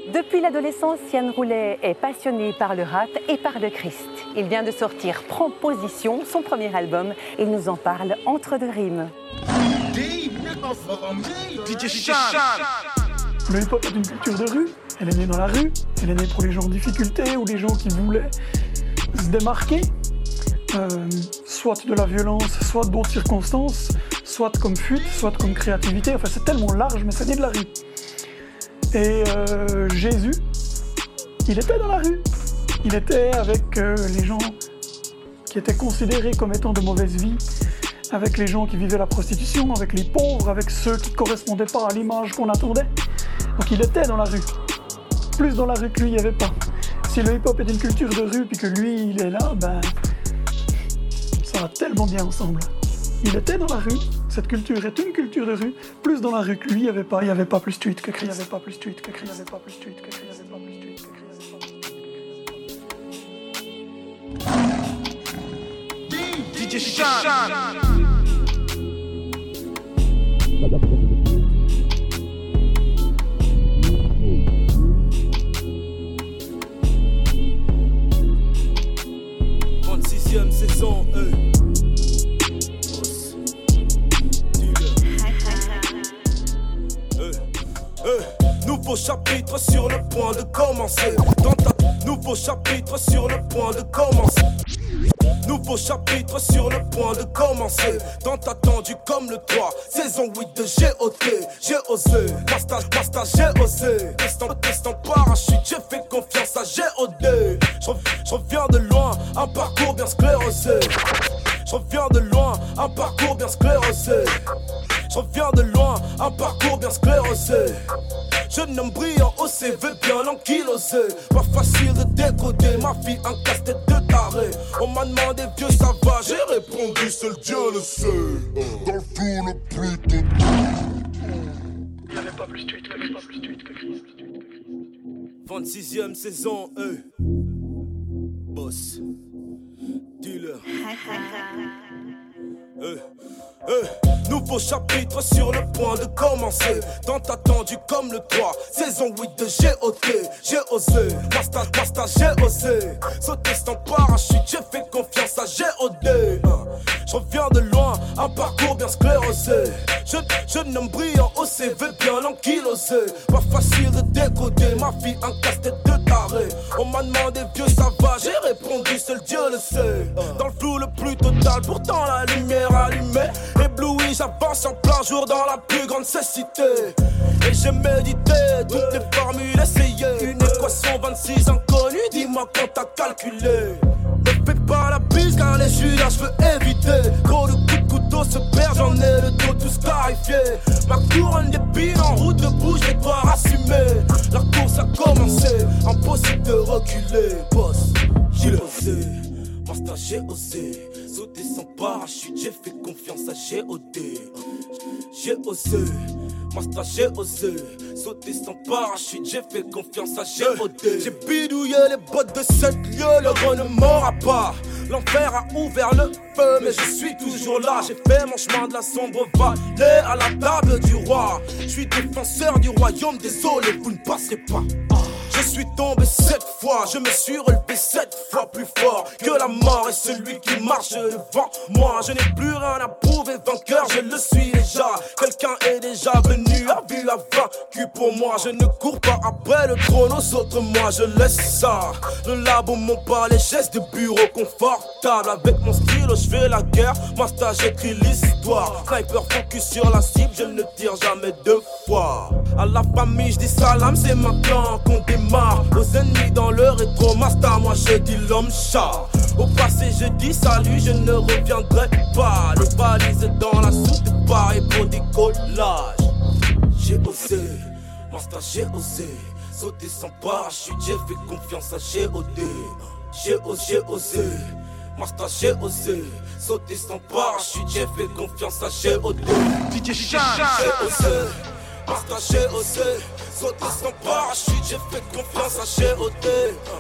Depuis l'adolescence, Yann Roulet est passionné par le rap et par le Christ. Il vient de sortir Prends Position, son premier album. Il nous en parle entre deux rimes. Le hip-hop est une culture de rue. Elle est née dans la rue. Elle est née pour les gens en difficulté ou les gens qui voulaient se démarquer. Soit de la violence, soit d'autres circonstances, soit comme fuite, soit comme créativité. Enfin, c'est tellement large, mais c'est né de la rue. Et Jésus, il était dans la rue. Il était avec les gens qui étaient considérés comme étant de mauvaise vie, avec les gens qui vivaient la prostitution, avec les pauvres, avec ceux qui ne correspondaient pas à l'image qu'on attendait. Donc il était dans la rue. Plus dans la rue que lui, il n'y avait pas. Si le hip-hop est une culture de rue, puis que lui, il est là, ben, ça va tellement bien ensemble. Il était dans la rue, cette culture est une culture de rue, plus dans la rue que lui, il n'y avait pas plus street que Christ. Il n'y avait pas plus street que Christ. Il n'y avait pas plus street que Christ. Il n'y avait pas plus street que Christ. DJ Sean. Saison, Nouveau chapitre sur le point de commencer. Nouveau chapitre sur le point de commencer. Nouveau chapitre sur le point de commencer. Tant attendu comme le 3, saison 8 de GOT. J'ai osé, Masta, j'ai osé. Test en parachute, j'ai fait confiance à GOD. Je reviens de loin, un parcours bien sclérosé. Je reviens de loin, un parcours bien sclérosé. Je reviens de loin, un parcours bien sclérosé. Jeune homme brillant au CV bien ankylosé. Pas facile de décoder, ma fille un casse-tête de taré. On m'a demandé vieux ça va, j'ai répondu seul Dieu le sait. Dans le flou le plus total. Il n'y avait pas plus street que Christ. 26e saison, Boss, dealer. Nouveau chapitre sur le point de commencer. Tant attendu comme le 3, saison 8 de GOT. J'ai osé, Masta, j'ai osé. Sauter sans parachute, j'ai fait confiance à GOD. Je reviens de loin, un parcours bien sclérosé. Jeune homme brillant au CV bien ankylosé. Pas facile de décoder, ma fille un casse-tête de taré. On m'a demandé vieux ça va, j'ai répondu seul Dieu le sait. Dans le flou le plus total, pourtant la lumière allumée. Ébloui, j'avance en plein jour dans la plus grande cécité. Et j'ai médité, toutes les formules essayées. Une équation 26 inconnue, dis-moi quand t'as calculé. Ne fais pas la bise car les Judas je veux éviter. Gros le coup de couteau se perd, j'en ai le dos tout scarifié. Ma couronne d'épines en route de bouche, je vais devoir assumer. La course a commencé, impossible de reculer. Boss, j'ai osé, Masta j'ai osé. Sauter sans parachute, j'ai fait confiance à GOD. J'ai osé, Masta j'ai osé. Sauter sans parachute, j'ai fait confiance à GOD. J'ai bidouillé les bottes de 7 lieux, le gros ne m'aura pas. L'enfer a ouvert le feu, mais je suis toujours là. J'ai fait mon chemin de la sombre vallée à la table du roi. Je suis défenseur du royaume, désolé, vous ne passerez pas. Je suis tombé 7 fois, je me suis relevé 7 fois plus fort que la mort et celui qui marche devant moi. Je n'ai plus rien à prouver, vainqueur, je le suis déjà. Quelqu'un est déjà venu, a vu la vaincu pour moi. Je ne cours pas après le trône, aux autres moi je laisse ça. Le labo, mon palais, gestes de bureau confortable. Avec mon stylo, je fais la guerre, Masta j'écris l'histoire. Sniper focus sur la cible, je ne tire jamais 2 fois. À la famille, je dis salam, c'est maintenant qu'on démarre. Aux ennemis dans le rétro, Masta, moi je dis l'homme chat. Au passé, je dis salut, je ne reviendrai pas. Les valises dans la soupe, pareil pour décollage. J'ai osé, Masta, j'ai osé. Sauter sans parachute, j'ai fait confiance à GOD. J'ai osé, Masta, j'ai osé. Sauter sans parachute, j'ai fait confiance à GOD. DJ Sean. J'ai osé, Masta, j'ai osé. Sauter sans parachute, j'ai fait confiance à GOD.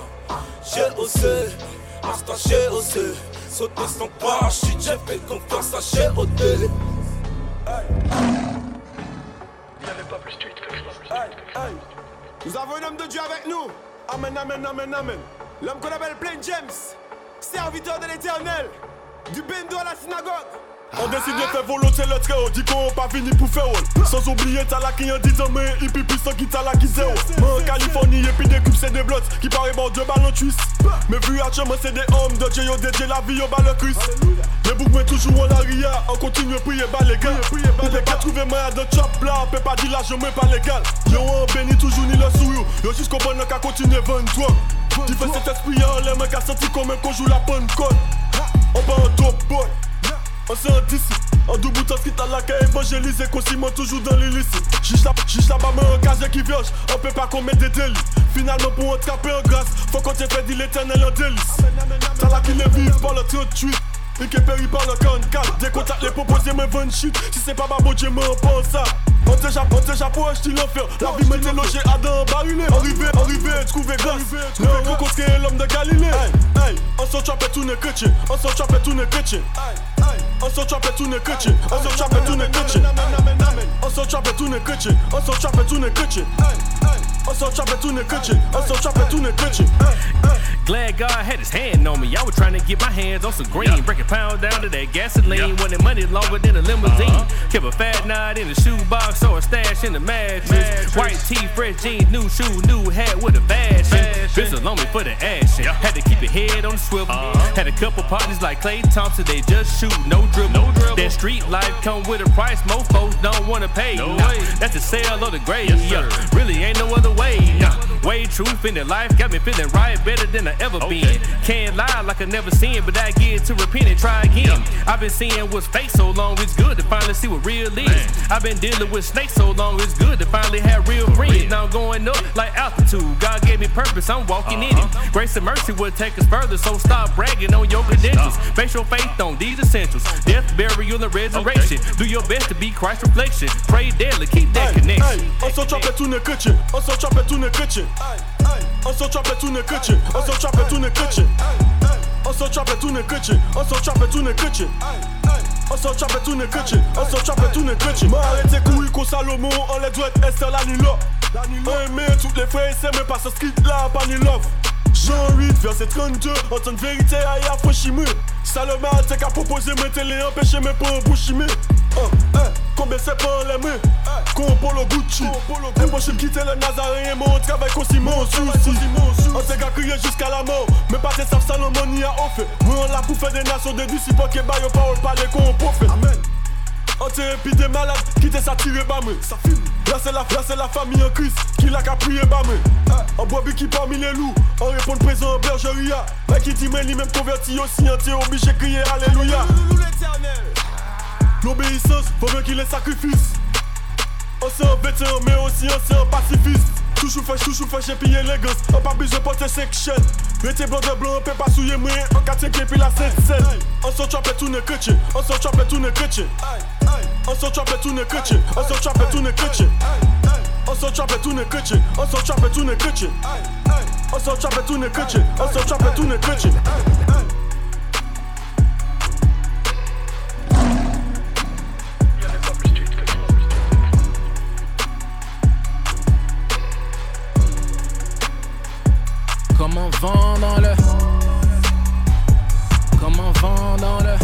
J'ai osé, Masta, j'ai osé. Sauter sans parachute, j'ai fait confiance à GOD. Il n'y avait pas plus street que Christ. Nous avons un homme de Dieu avec nous. Amen, amen, amen, amen. L'homme qu'on appelle Plain James, serviteur de l'Éternel, du bendo à la synagogue. On décide de faire volonté le très haut, dit qu'on pas fini pour faire haut. Sans oublier t'as la qui en dit mais et puis puissant qui t'a la qui zéro. Mais en Californie et puis des cubes c'est des blots qui paraît bon deux balles en twist. Mais vu à chemin c'est des hommes de Dieu, yo dédié la vie au bas le Christ. Les boucs mais toujours en arrière, on continue à prier bas les gars. Ou des gars trouver moyen de chop là, on peut pas dire là je mets pas légal. Yo on bénit toujours ni le sou yo juste comprendre qu'à continuer 23. Tu fais cet esprit en l'air mais qu'à sentir comme qu'on joue la bonne code. On va en top boy. On s'est en d'ici, en double temps qui t'a la qu'à évangéliser, consciemment toujours dans l'illicite. Chiche là-bas, mais un casier qui vierge, on peut pas commettre des délits. Finalement, pour attraper en grâce, faut qu'on t'ait fait dire l'éternel en délice. T'as là qui les vive par le 38, et qui périt par le 44. Des contacts les proposés, mais 20 shit, si c'est pas ma bon Dieu, mais on pense ça. On déjà pour acheter l'enfer, la vie m'était logée à d'un barilé. Arrivé, trouvé grâce, le rencontré l'homme de Galilée. On s'en chope tout ne chrétien, on s'en chope tout ne chrétien. On s'en chope tout ne chrétien, on s'en chope tout ne chrétien. On s'en chope tout ne chrétien, on s'en chope tout ne chrétien. On s'en chope tout ne chrétien, on s'en chope tout ne chrétien. Glad God had his hand on me. I was trying to get my hands on some green. Break a pound down to that gasoline. Wanted money longer than a limousine. Kept a fat knot in the shoebox or a stash in the mattress. White tee, fresh jeans, new shoe, new hat with a fashion. Pistol on me for the action. Had to keep your head on the swivel. Had a couple partners like Klay Thompson. They just shoot, no dribble. That street life come with a price. Most folks don't wanna pay. That's the sale or the grave. Really ain't no other way. Way truth in their life got me feeling right, better than I ever been. Can't lie like I never seen, but I get to repent and try again. I've been seeing what's fake so long, it's good to finally see what real is. I've been dealing with snakes so long, it's good to finally have real friends. Now I'm going up like altitude. God gave me purpose, I'm walking in it. Grace and mercy will take us further, so stop bragging on your credentials. Base your faith on these essentials: death, burial, and resurrection. Do your best to be Christ's reflection. Pray daily, keep that connection. On s'en chope tout ne chrétien, on s'en chope tout ne chrétien. On s'en chope tout ne chrétien, on s'en chope tout ne chrétien. On s'en chope tout ne chrétien, on s'en chope tout ne chrétien. On s'en chope tout ne chrétien, on s'en chope tout ne chrétien. M'arrêtez couilles qu'on Salomon, on les doit Esther la nuit là. Aimer toutes les frères et sœurs, mais pas ce street là, pas ni love. Jean 8, verset 32, en tant que vérité à y affranchir. Salomon a qu'à proposer, mettez les empêcher, mais pas en bouche. Combien c'est pas les mains, qu'on pour le Gucci. Impossible quitter le Nazaréen, mais on travaille aussi mon souci. On s'est qu'à crier jusqu'à la mort, mais pas tes savent Salomon ni à offert. Moi on l'a pour faire des nations de disciples qui baillent aux paroles, parler qu'on prophète. Amen. On t'est épi des malades, qui t'est satiré bas moi. Là c'est la famille en Christ, qui l'a qu'à prier bas moi. En brebis qui parmi les loups, on répond présent en bergerie. Mais qui dit mais lui même converti aussi, on t'est obligé de crier alléluia. L'obéissance, faut bien qu'il ait sacrifice. On s'est un vétéran mais aussi on s'est un pacifiste. Toujours fait, j'ai pillé les gosses. On pas besoin de porter section. Rete blanc de blanc, on peut pas souiller moi. On qu'a tiqué puis la 7-7. On s'en chope tout ne chrétien, on s'en chope tout ne chrétien. On s'en chope tout ne chrétien, on s'en chope tout ne chrétien. On s'en chope tout ne chrétien, on s'en chope tout ne chrétien. On s'en chope tout ne chrétien, on s'en chope tout ne chrétien. Comment vendre le? Comment vendre le?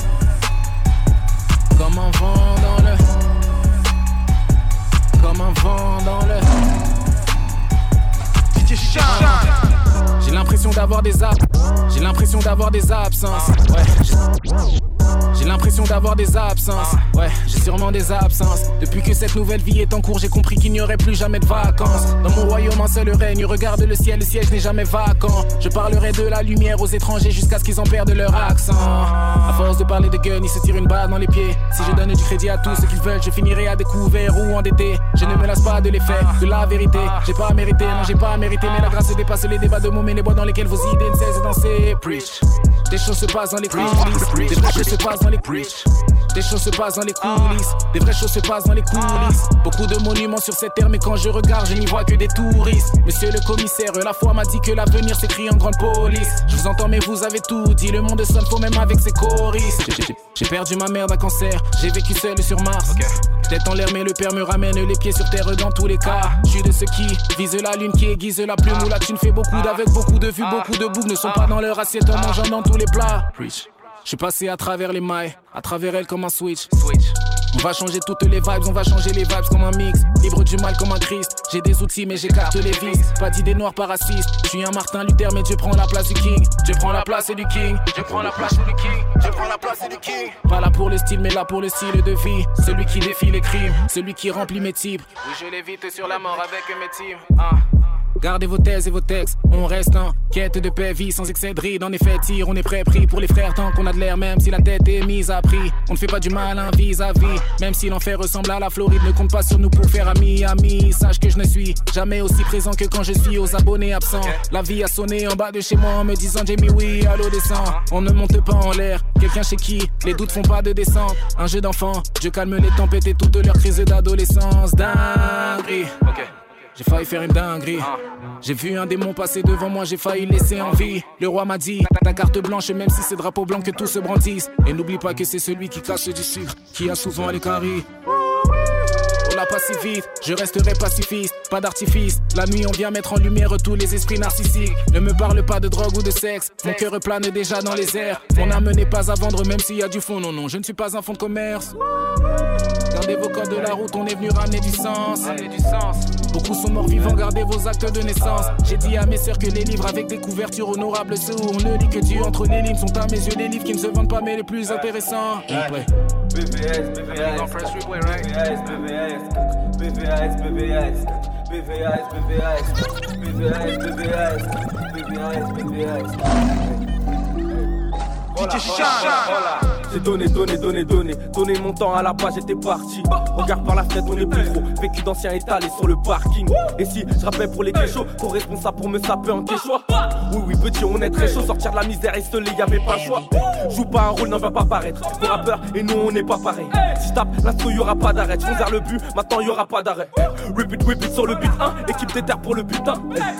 Comment vendre le? Comment vendre le? J'ai l'impression d'avoir des J'ai l'impression d'avoir des absences. Ouais. J'ai l'impression d'avoir des absences. Ouais, j'ai sûrement des absences. Depuis que cette nouvelle vie est en cours, j'ai compris qu'il n'y aurait plus jamais de vacances. Dans mon royaume un seul règne, regarde le ciel n'est jamais vacant. Je parlerai de la lumière aux étrangers jusqu'à ce qu'ils en perdent leur accent. À force de parler de gun, ils se tirent une balle dans les pieds. Si je donne du crédit à tous ceux qu'ils veulent, je finirai à découvert ou endetté. Je ne me lasse pas de l'effet, de la vérité. J'ai pas mérité, non j'ai pas mérité. Mais la grâce dépasse les débats de mots, mais les bois dans lesquels vos idées ne cessent de danser. Preach. Des choses se passent dans les coulisses. Des vraies choses se passent dans les coulisses. Des choses se passent dans les coulisses. Des vraies choses se passent dans les coulisses. Beaucoup de monuments sur cette terre, mais quand je regarde, je n'y vois que des touristes. Monsieur le commissaire, la foi m'a dit que l'avenir s'écrit en grande police. Je vous entends, mais vous avez tout dit. Le monde sonne faux même avec ses choristes. J'ai perdu ma mère d'un cancer. J'ai vécu seul sur Mars. Tête en l'air mais le père me ramène les pieds sur terre dans tous les cas. Je suis de ceux qui visent la lune, qui aiguise la plume où la thune fait beaucoup d'avec beaucoup de vues, beaucoup de boucs ne sont pas dans leur assiette en mangeant dans tous les plats. Je suis passé à travers les mailles, à travers elles comme un switch. On va changer toutes les vibes, on va changer les vibes comme un mix. Libre du mal comme un Christ. J'ai des outils mais j'écarte les vis. Pas d'idées noires pas racistes. Je suis un Martin Luther mais Dieu prend la place du King. Dieu prend la place du King. Dieu prend la place du King. Dieu prend la place du King. Pas là pour le style mais là pour le style de vie. Celui qui défie les crimes, celui qui remplit mes types. Oui je l'évite sur la mort avec mes teams. Gardez vos thèses et vos textes, on reste en quête de paix, vie sans excès de ride. En effet, tire, on est prêt, pris pour les frères tant qu'on a de l'air, même si la tête est mise à prix. On ne fait pas du mal à un vis-à-vis, même si l'enfer ressemble à la Floride. Ne compte pas sur nous pour faire ami. Sache que je ne suis jamais aussi présent que quand je suis aux abonnés absents. La vie a sonné en bas de chez moi en me disant Jamie oui, allô descend. On ne monte pas en l'air, quelqu'un chez qui les doutes font pas de descente. Un jeu d'enfant, je calme les tempêtes et toutes leurs crises d'adolescence. Dinguerie. J'ai failli faire une dinguerie. J'ai vu un démon passer devant moi, j'ai failli laisser en vie. Le roi m'a dit, ta carte blanche, même si c'est drapeau blanc que tous se brandissent. Et n'oublie pas que c'est celui qui cache du sucre qui a souvent les caries. On l'a pas si vite, je resterai pacifiste, pas d'artifice. La nuit on vient mettre en lumière tous les esprits narcissiques. Ne me parle pas de drogue ou de sexe, mon cœur plane déjà dans les airs. Mon âme n'est pas à vendre même s'il y a du fond, non, je ne suis pas un fonds de commerce. Gardez vos codes de la route, on est venu ramener du sens. Beaucoup sont morts vivants, gardez vos actes de naissance. J'ai dit à mes sœurs que les livres avec des couvertures honorables, ceux où on ne lit que Dieu entre les lignes, sont à mes yeux les livres qui ne se vendent pas mais les plus intéressants. BVS, J'ai donné mon temps à la base, j'étais parti. Regarde par la fenêtre, on est plus trop. Vécu d'anciens étalés sur le parking. Et si je rappelle pour les kéchos, ton responsable pour me saper en kéchois. Oui, petit, on est très chaud. Sortir de la misère et se les y'avait pas le choix. Joue pas un rôle, n'en va pas paraître. Vos rappeurs et nous, on n'est pas pareil. Si je tape l'instru, y'aura pas d'arrêt. Je vers le but, maintenant y'aura pas d'arrêt. Repeat sur le beat 1. Équipe des terres pour le butin.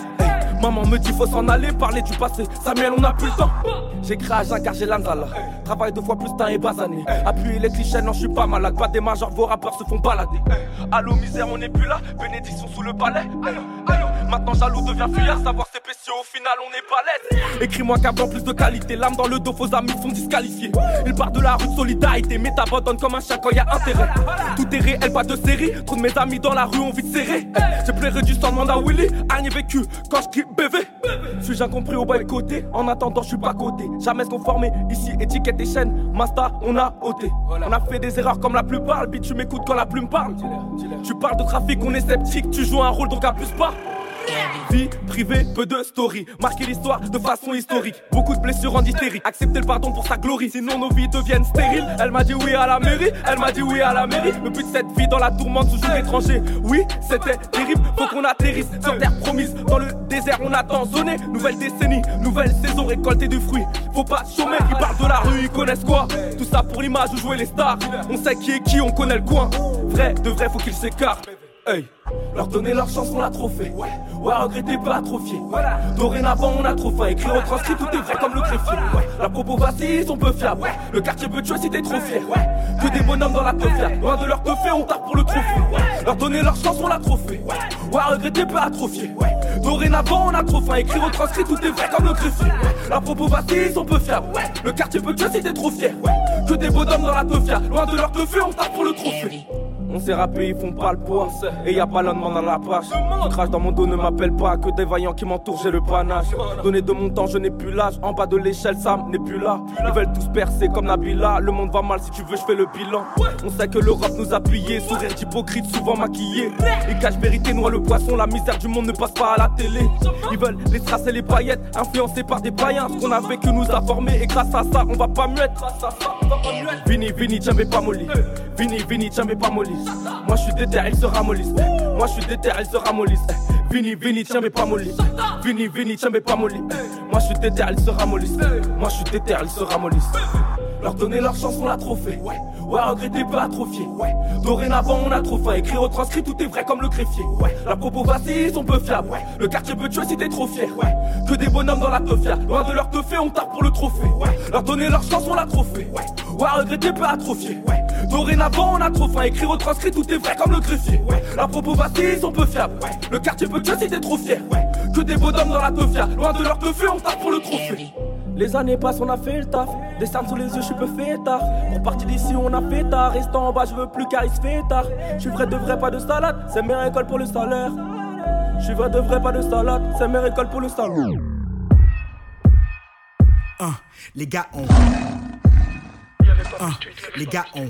Maman me dit faut s'en aller, parler du passé. Samuel, on n'a plus le temps. J'écris à Jean car j'ai l'anzala. Travaille 2 fois plus d'un et basané. Appuyer les clichés, non je suis pas malade. Pas des majors, vos rappeurs se font balader. Allô misère, on n'est plus là. Bénédiction sous le palais. Maintenant jaloux devient fuyard. Savoir c'est spéciaux, au final on n'est pas l'aise. Écris-moi qu'avant plus de qualité. L'âme dans le dos, vos amis sont disqualifiés. Il part de la rue de solidarité, mais t'abandonnes comme un chien quand y a intérêt. Tout est réel, pas de série. Trop de mes amis dans la rue ont vite serré. J'ai pleuré du sang, demande à Willy. Rien vécu quand je crie BV. Suis-je incompris au bas côté? En attendant, je suis pas coté. Jamais se conformer. Ici, étiquette et chaîne. Masta, on a ôté. On a fait des erreurs comme la plupart. Le beat, tu m'écoutes quand la plume parle. Tu parles de trafic, on est sceptique. Tu joues un rôle donc abuse pas. Vie privée, peu de story. Marquer l'histoire de façon historique. Beaucoup de blessures en hystérique. Accepter le pardon pour sa glorie. Sinon nos vies deviennent stériles. Elle m'a dit oui à la mairie. Elle m'a dit oui à la mairie. Le but de cette vie dans la tourmente sous joug étranger. Oui, c'était terrible. Faut qu'on atterrisse sur terre promise. Dans le désert, on attend zoné. Nouvelle décennie, nouvelle saison, récolter du fruit. Faut pas chômer. Ils parlent de la rue, ils connaissent quoi? Tout ça pour l'image où jouer les stars. On sait qui est qui, on connaît le coin. Vrai, de vrai, faut qu'ils s'écartent. Hey. Leur donner leur chance, on l'a trop fait. Ouais, regretter, pas atrophier. Dorénavant, on a trop faim. Écrit, retranscrit, tout est vrai comme le greffier. La propos vacille, sont peu fiables. Le quartier peut tuer si t'es trop fier. Que des bonhommes dans la teufia. Loin de leur teufé, on tape pour le trophée. Leur donner leur chance, on l'a trop fait. Ouais, regretter, pas atrophier. Dorénavant, on a trop faim. Écrit, retranscrit, tout est vrai comme le greffier. La propos vacille, sont peu fiables. Le quartier peut tuer si t'es trop fier. Que des bonhommes dans la teufia. Loin de leur teufé, on tape pour le trophée. On s'est rappé, ils font pas le poids. Et y'a pas l'homme dans la page. Qui crache dans mon dos, ne m'appelle pas. Que des vaillants qui m'entourent, j'ai le panache. Donner de mon temps, je n'ai plus l'âge. En bas de l'échelle, ça n'est plus là. Ils veulent tous percer comme Nabila. Le monde va mal, si tu veux, je fais le bilan. On sait que l'Europe nous a pliés. Sourire d'hypocrite, souvent maquillés. Ils cachent vérité, noient le poisson. La misère du monde ne passe pas à la télé. Ils veulent les strass et les paillettes. Influencés par des païens. Ce qu'on a vécu nous a formés. Et grâce à ça, on va pas muette. Vini, tiens, mais pas molly. Vini, tiens, mais pas molly. Moi je suis déter, elle se ramollisse. Moi je suis déter, elle se ramollisse. Vini, tiens mais pas molly. Vini, tiens mais pas molly. Moi je suis déter, elle se ramollisse. Moi je suis déter, elle se ramollisse. Leur donner leur chance, on l'a trop fait. Ouais, regretter, pas atrophier. Dorénavant, on a trop faim. Écrit, retranscrit, tout est vrai comme le greffier. La propos vacille, sont peu fiables. Le quartier peut tuer si t'es trop fier. Que des bonhommes dans la teufia. Loin de leur teufé, on tape pour le trophée. Leur donner leur chance, on l'a trop fait. Ouais, regretter, pas atrophier. Dorénavant on a trop faim, écrit, retranscrit, tout est vrai comme le greffier. La propos bâtisse, on peut fiable. Le quartier peut tuer si t'es trop fier. Que des bonhommes dans la teufia, loin de leur teufé, on tape pour le trophée. Les années passent, on a fait le taf. Des cernes sous les yeux, je suis peu fêtard. Pour partir d'ici, on a fait tard. Restant en bas, je veux plus car il se fait tard. Je suis vrai de vrai, pas de salade. C'est mes récoltes pour le salaire. Je suis vrai de vrai, pas de salade. C'est mes récoltes pour le salaire. Les gars ont. Les gars ont.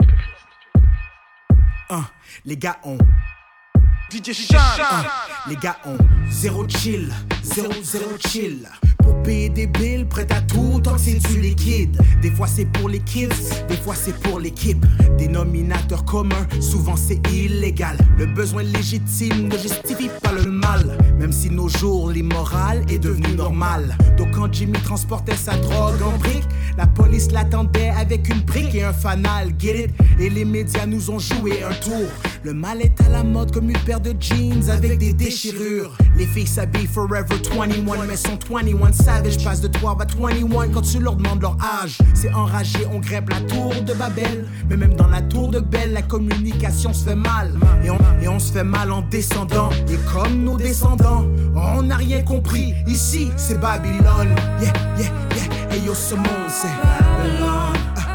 Les gars ont. DJ Shine. Les gars ont. Zéro chill. Zéro chill. Pour payer des bills, prêt à tout tant que c'est du liquide. Des fois c'est pour les kids, des fois c'est pour l'équipe. Dénominateur commun, souvent c'est illégal. Le besoin légitime ne justifie pas le mal. Même si nos jours, l'immoral est devenu normal. Donc quand Jimmy transportait sa drogue en brique, la police l'attendait avec une brique et un fanal, get it? Et les médias nous ont joué un tour. Le mal est à la mode comme une paire de jeans avec des déchirures. Les filles s'habillent Forever 21 mais sont 21 savage. Passe de 12 à 21 quand tu leur demandes leur âge. C'est enragé, on grimpe la tour de Babel. Mais même dans la tour de Belle, la communication se fait mal. Et on se fait mal en descendant. Et comme nos descendants, on n'a rien compris. Ici, c'est Babylone. Yeah, yeah, yeah. Et yo, ce monde, c'est Babylone.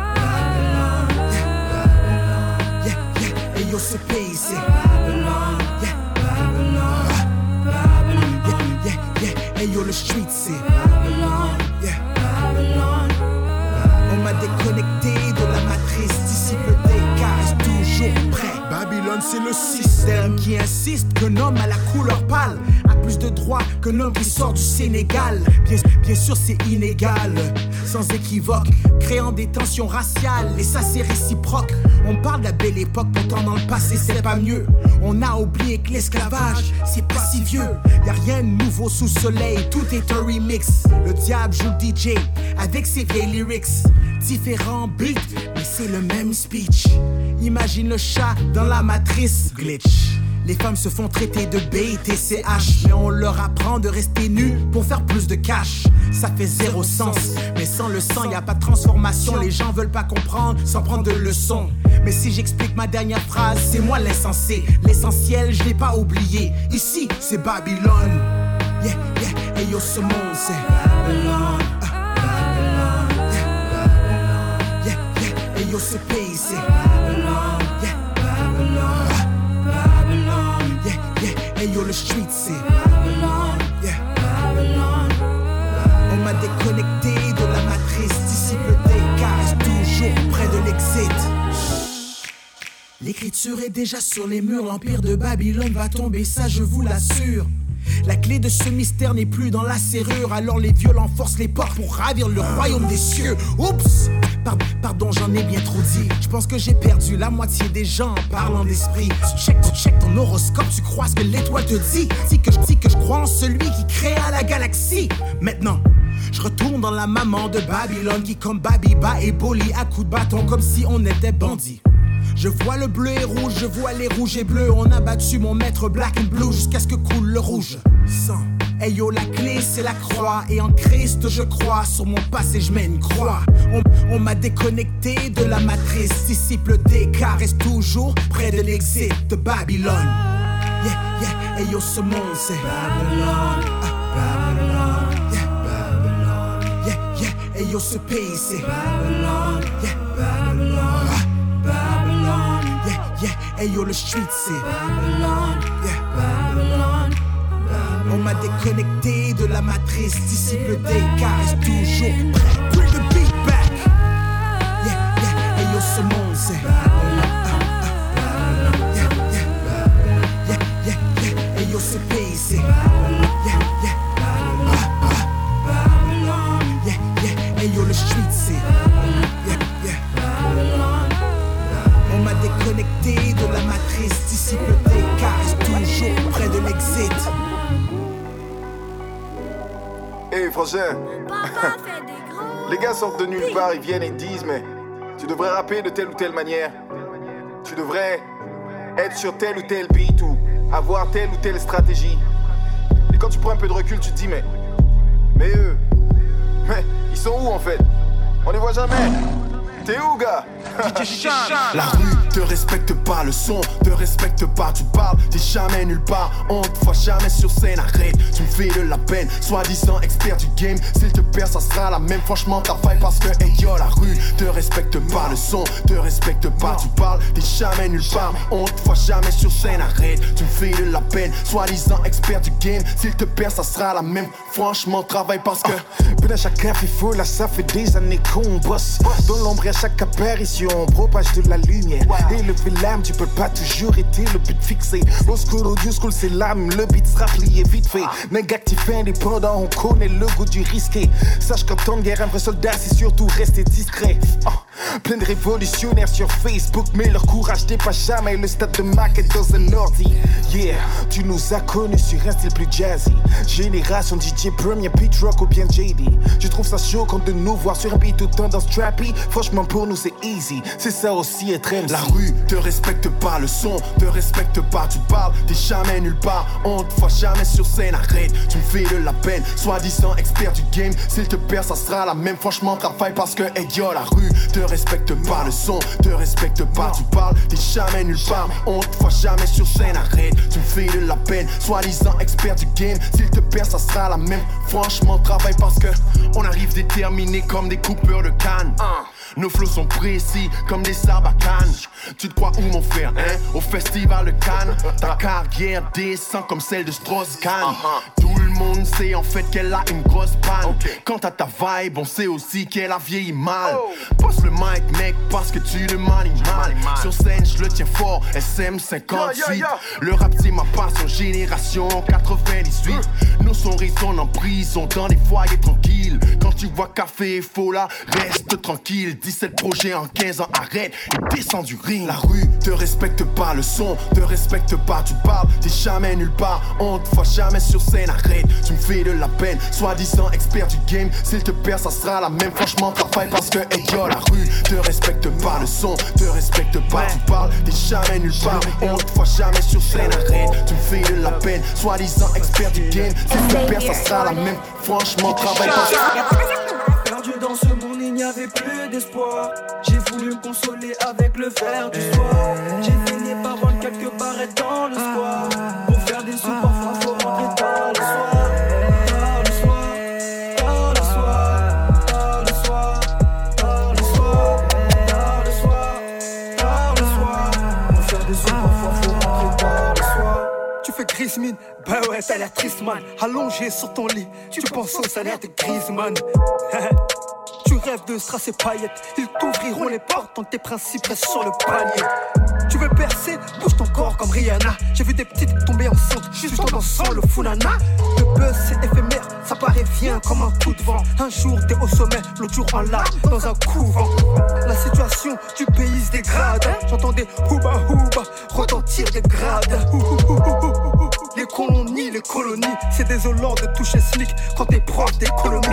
Yeah, yeah, yeah. Et yo, ce pays, c'est Babylone. Yeah, Babylone. Yeah, yeah, yeah. Et yo, le street, c'est Babylone. Yeah, Babylone. On m'a déconnecté de la matrice. Disciple des cas, reste toujours prêt. Babylone, c'est le système qui insiste qu'un homme à la couleur pâle a plus de droits qu'un homme qui sort du Sénégal. Bien sûr, c'est inégal, sans équivoque, créant des tensions raciales, et ça c'est réciproque. On parle de la belle époque, pourtant dans le passé c'est pas mieux. On a oublié que l'esclavage, c'est pas si vieux. Y'a rien de nouveau sous soleil, tout est un remix. Le diable joue le DJ avec ses vieilles lyrics. Différents beats, mais c'est le même speech. Imagine le chat dans la matrice, glitch. Les femmes se font traiter de BTCH, mais on leur apprend de rester nus pour faire plus de cash. Ça fait zéro sens, mais sans le sang, y a pas de transformation. Les gens veulent pas comprendre sans prendre de leçons. Mais si j'explique ma dernière phrase, c'est moi l'insensé. L'essentiel, je l'ai pas oublié. Ici, c'est Babylone. Yeah, yeah, et yo, ce monde, c'est Babylone. Yeah, yeah, et yo, ce pays, c'est Babylone. Yeah, Babylone. Yeah, yeah, et yo, le street, c'est Babylone. Yeah, Babylone. On m'a déconnecté de la matrice. Disciple des cas, reste toujours près de l'exit. L'écriture est déjà sur les murs, l'empire de Babylone va tomber, ça je vous l'assure. La clé de ce mystère n'est plus dans la serrure, alors les violents forcent les portes pour ravir le royaume des cieux. Oups, pardon, j'en ai bien trop dit. Je pense que j'ai perdu la moitié des gens en parlant d'esprit. Tu check ton horoscope, tu crois ce que l'étoile te dit. Dis que je crois en celui qui créa la galaxie. Maintenant, je retourne dans la maman de Babylone qui comme Babiba et Boli à coups de bâton comme si on était bandits. Je vois le bleu et rouge, je vois les rouges et bleus. On a battu mon maître black and blue jusqu'à ce que coule le rouge sang. Hey yo, la clé c'est la croix. Et en Christ je crois, sur mon passé je mets une croix. On m'a déconnecté de la matrice. Disciple des cas, reste toujours près de l'exit de Babylone. Yeah, yeah, hey yo, ce monde c'est Babylone. Babylone, yeah, Babylone. Yeah, yeah, hey yo, ce pays c'est Babylone. Yeah, Babylone. Yeah, hey yo, le street c'est Babylone, yeah, Babylone. On m'a déconnecté de la matrice. Disciple des cas, reste toujours prêt. Bring the beat back. Yeah, yeah, hey yo, ce monde c'est Babylone. Yeah, yeah, yeah, yeah, yeah, hey yo, ce pays c'est Babylone. Yeah, yeah, Babylone. Yeah, yeah, hey yo, le street c'est Babylone. Yeah, yeah, Babylone. On m'a déconnecté de la matrice. Disciple des cas, reste toujours près de l'exit. Hey frangin, les gars sortent de nulle part, ils viennent et disent mais tu devrais rapper de telle ou telle manière. Tu devrais être sur tel ou tel beat ou avoir telle ou telle stratégie. Et quand tu prends un peu de recul, tu te dis mais eux, mais ils sont où en fait? On les voit jamais. T'es où gars? La rue te respecte pas, le son te respecte pas. Tu parles, t'es jamais nulle part. On te voit jamais sur scène, arrête, tu me fais de la peine. Soi-disant expert du game, s'il te perd, ça sera la même. Franchement, travaille parce que hey yo, la rue te respecte pas, le son te respecte pas. Tu parles, t'es jamais nulle part. On te voit jamais sur scène, arrête, tu me fais de la peine. Soi-disant expert du game, s'il te perd, ça sera la même. Franchement, travaille parce que à chaque rêve, il faut là, ça fait des années qu'on bosse. Dans l'ombre, à chaque apparition, on propage de la lumière. Et le l'âme, tu peux pas toujours être le but fixé. Au school, au du school, c'est l'âme, le beat sera plié vite fait. Nègre actif indépendant, on connaît le goût du risqué. Sache qu'en temps de guerre, un vrai soldat, c'est surtout rester discret. Plein de révolutionnaires sur Facebook, mais leur courage dépasse jamais le stade de maquette dans un ordi. Yeah, tu nous as connus sur un style plus jazzy. Génération DJ Premier, Pete Rock ou bien JD. Je trouve ça choquant de nous voir sur un beat tout tendance trappy. Franchement pour nous c'est easy, c'est ça aussi être MC. La rue te respecte pas, le son te respecte pas. Tu parles, t'es jamais nulle part. On te voit jamais sur scène, arrête, tu me fais de la peine. Soi-disant expert du game, s'il te perd ça sera la même. Franchement travaille parce que hey yo, la rue te respecte pas, le son te respecte pas. Tu parles, t'es jamais nulle part. On te voit jamais sur scène, arrête, tu me fais de la peine. Soi-disant expert du game, s'il te perd ça sera la même. Franchement travaille parce que on arrive déterminés comme des coupeurs de canne. Nos flots sont précis comme des sarbacanes. Tu te crois où mon frère, hein? Au festival de Cannes. Ta carrière descend comme celle de Strauss-Kahn. Tout le monde sait en fait qu'elle a une grosse panne. Quant à ta vibe, on sait aussi qu'elle a vieilli mal. Passe le mic mec parce que tu le manies mal. Sur scène je le tiens fort, SM58. Le rap c'est ma passion, génération 98. Nos sons résonnent en prison dans des foyers tranquilles. Quand tu vois Café et Fola, reste tranquille. 17 projets en 15 ans, arrête et descends du ring. La rue te respecte pas, le son te respecte pas. Tu parles, t'es jamais nulle part. On te voit jamais sur scène, arrête, tu me fais de la peine. Soi-disant expert du game, s'il te perd, ça sera la même. Franchement, travaille parce que hey yo, la rue te respecte pas, le son te respecte pas. Tu parles, t'es jamais nulle part. On te voit jamais sur scène, arrête, tu me fais de la peine. Soi-disant expert du game, s'il te perd, ça sera la même. Franchement, travaille parce que perdu dans ce monde, il n'y avait plus d'espoir. J'ai voulu me consoler avec le verre du soir. J'ai fini par vendre quelques barrettes dans le square. Pour faire des sous, parfois faut rentrer tard le soir. Tard le soir, tard le soir, tard le soir, tard le soir, tard le soir, tard le soir. Pour faire des sous, parfois faut rentrer tard le soir. Tu fais grise mine, bah ouais t'as l'air triste man. Allongé sur ton lit, tu penses au salaire de Griezmann. Tu rêves de strass et paillettes, ils t'ouvriront les portes tant que tes principes restent sur le palier. Tu veux percer, bouge ton corps comme Rihanna. J'ai vu des petites tomber enceintes, juste en dansant le funana. Le buzz c'est éphémère, ça paraît bien comme un coup de vent. Un jour t'es au sommet, l'autre jour en larmes dans un couvent. La situation du pays se dégrade, j'entends des houba houba retentir des grades. Les colonies, c'est désolant de toucher slick quand t'es proche des colonies.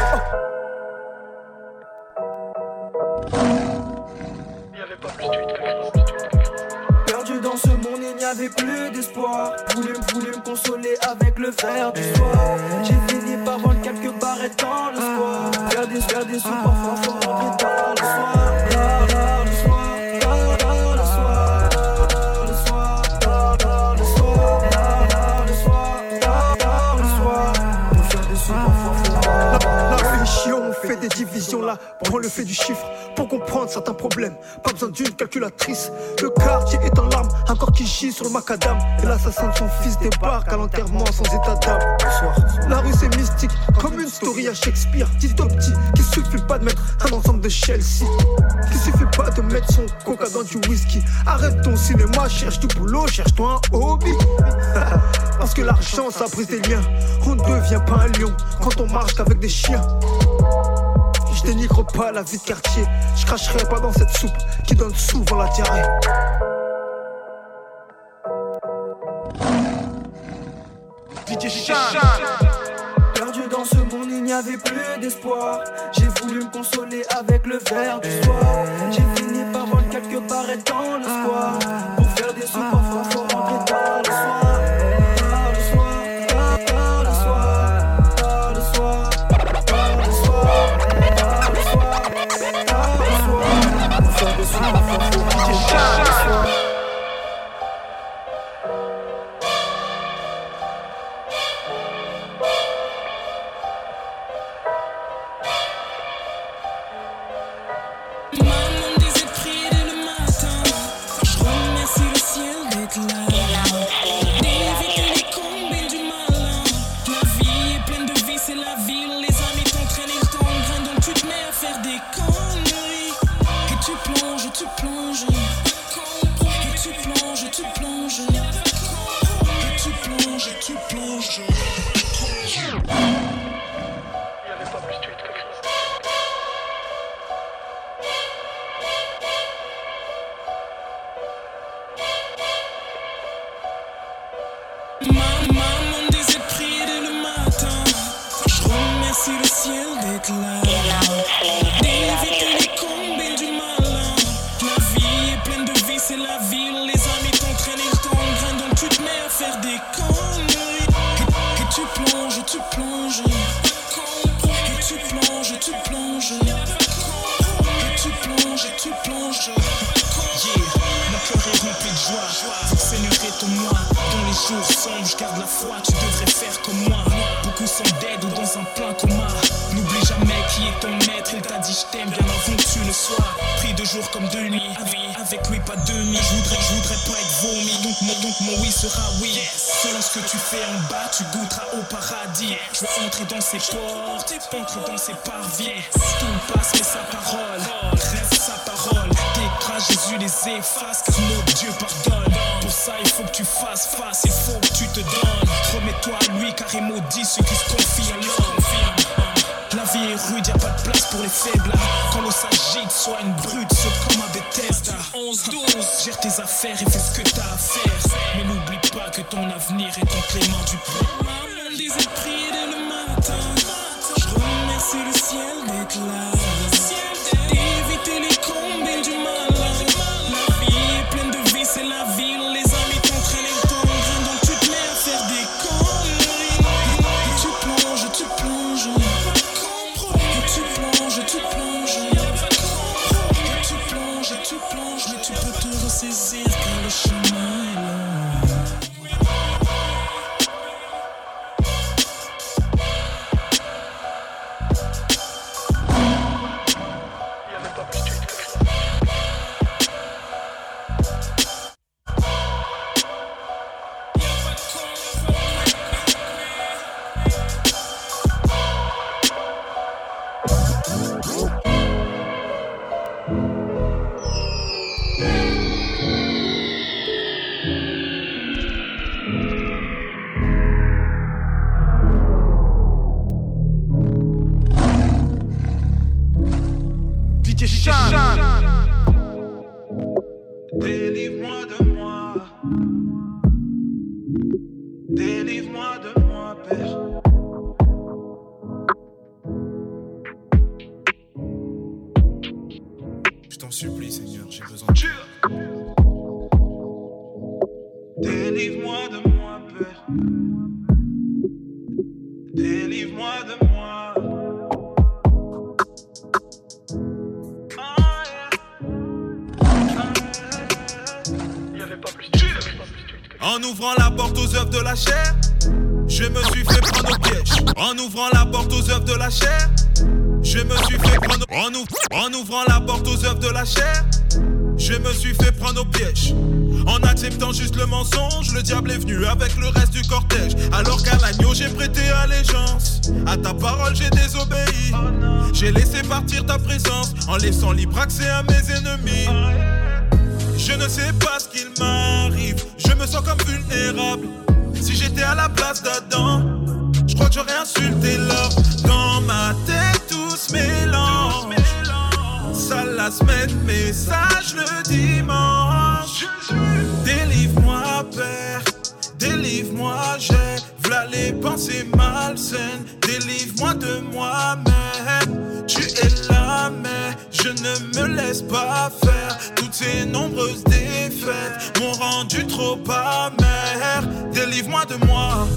Perdu dans ce monde, il n'y avait plus d'espoir. Voulu me consoler avec le verre du soir. J'ai fini par vendre quelques barrettes dans le square. Faire des sous, parfois faut rentrer tard le soir. Tard le soir, tard le soir, tard le soir, tard le soir, tard le soir, tard le soir. Pour faire des sous, parfois faut rentrer. La réflexion, on fait des divisions là. Prends le fait du chiffre pour comprendre certains problèmes. Pas besoin d'une calculatrice. Le quartier est en larmes, un corps qui gît sur le macadam. Et l'assassin de son fils débarque à l'enterrement sans état d'âme. La rue c'est mystique, comme une story à Shakespeare. Dit au petit qu'il suffit pas de mettre un ensemble de Chelsea. Qu'il suffit pas de mettre son coca dans du whisky. Arrête ton cinéma, cherche du boulot, cherche-toi un hobby. Parce que l'argent ça brise des liens. On ne devient pas un lion quand on marche qu'avec des chiens. Je dénigre pas la vie de quartier. Je cracherai pas dans cette soupe qui donne souvent la diarrhée. Perdu dans ce monde, il n'y avait plus d'espoir. J'ai voulu me consoler avec le verre du soir. J'ai fini par vendre quelques barrettes dans le square. Pour faire des sous, parfois faut rentrer tard le soir. suis pas fort. Dans ses portes, entrer dans ses parvis. Tout passe mais sa parole reste sa parole. Tes grâces Jésus les efface car notre Dieu pardonne. Pour ça il faut que tu fasses face, il faut que tu te donnes. Remets-toi à lui car il maudit ceux qui se confient en l'homme. La vie est rude, y'a pas de place pour les faibles. Quand l'eau s'agite, sois une brute, saute comme un Bethesda. 11-12, gère tes affaires et fais ce que t'as à faire. Mais n'oublie pas que ton avenir est entre les mains du Père. Maman disait prier dès le matin. Je remercie le ciel d'être là. D'éviter les combines du malin. La vie est pleine de vie, c'est la ville. Les amis t'entraînent et t'engrainent. Donc tu te mets à faire des conneries. Et tu plonges, tu plonges. Et tu plonges, tu plonges. Et tu plonges, tu plonges. Mais tu peux te ressaisir car le chemin est long. Délivre-moi de moi. Délivre-moi de moi, Père. Je t'en supplie, Seigneur, j'ai besoin de toi. Délivre-moi de moi, Père. Délivre-moi de moi. En ouvrant la porte aux œuvres de la chair, je me suis fait prendre au piège. En ouvrant la porte aux œuvres de la chair, je me suis fait prendre en ouvrant la porte aux œuvres de la chair, je me suis fait prendre au piège. En acceptant juste le mensonge, le diable est venu avec le reste du cortège. Alors qu'à l'agneau j'ai prêté allégeance, à ta parole j'ai désobéi. J'ai laissé partir ta présence, en laissant libre accès à mes ennemis. Je ne sais pas ce qu'il m'arrive, je me sens comme vulnérable. Si j'étais à la place d'Adam, je crois que j'aurais insulté l'or. Dans ma tête tout se mélange, sale la semaine, message le dimanche. Délivre-moi Père, délivre-moi, j'ai v'là les pensées malsaines. Délivre-moi de moi-même, tu es là mais je ne me laisse pas faire. Toutes ces nombreuses défaites m'ont rendu trop amer. Délivre-moi de moi,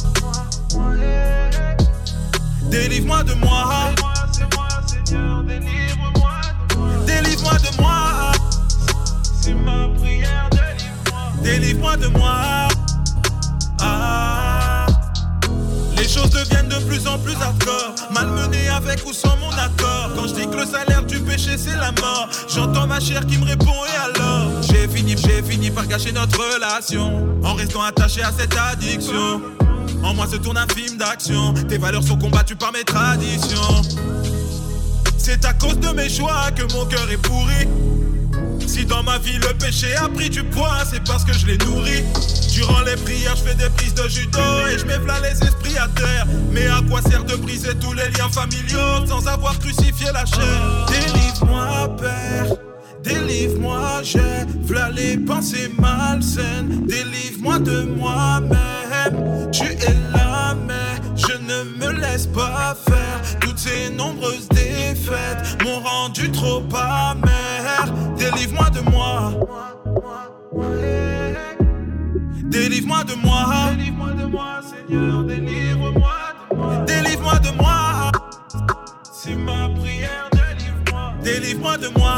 délivre-moi de moi, délivre-moi de moi. délivre-moi de moi. Les choses deviennent de plus en plus hardcore, malmené avec ou sans mon accord. Quand je dis que le salaire du péché c'est la mort, j'entends ma chair qui me répond et alors j'ai fini par gâcher notre relation, en restant attaché à cette addiction. En moi se tourne un film d'action, tes valeurs sont combattues par mes traditions. C'est à cause de mes choix que mon cœur est pourri. Si dans ma vie le péché a pris du poids, c'est parce que je l'ai nourri. Durant les prières, je fais des prises de judo et je m'effleure les esprits à terre. Mais à quoi sert de briser tous les liens familiaux sans avoir crucifié la chair? Délivre-moi, Père, délivre-moi, j'ai v'là les pensées malsaines. Délivre-moi de moi-même, tu es là mais je ne me laisse pas faire. Toutes ces nombreuses défaites m'ont rendu trop amer. Délivre-moi de moi, délivre-moi de moi, délivre-moi de moi, Seigneur, délivre-moi de moi, délivre-moi de moi. C'est ma prière, délivre-moi, délivre-moi de moi.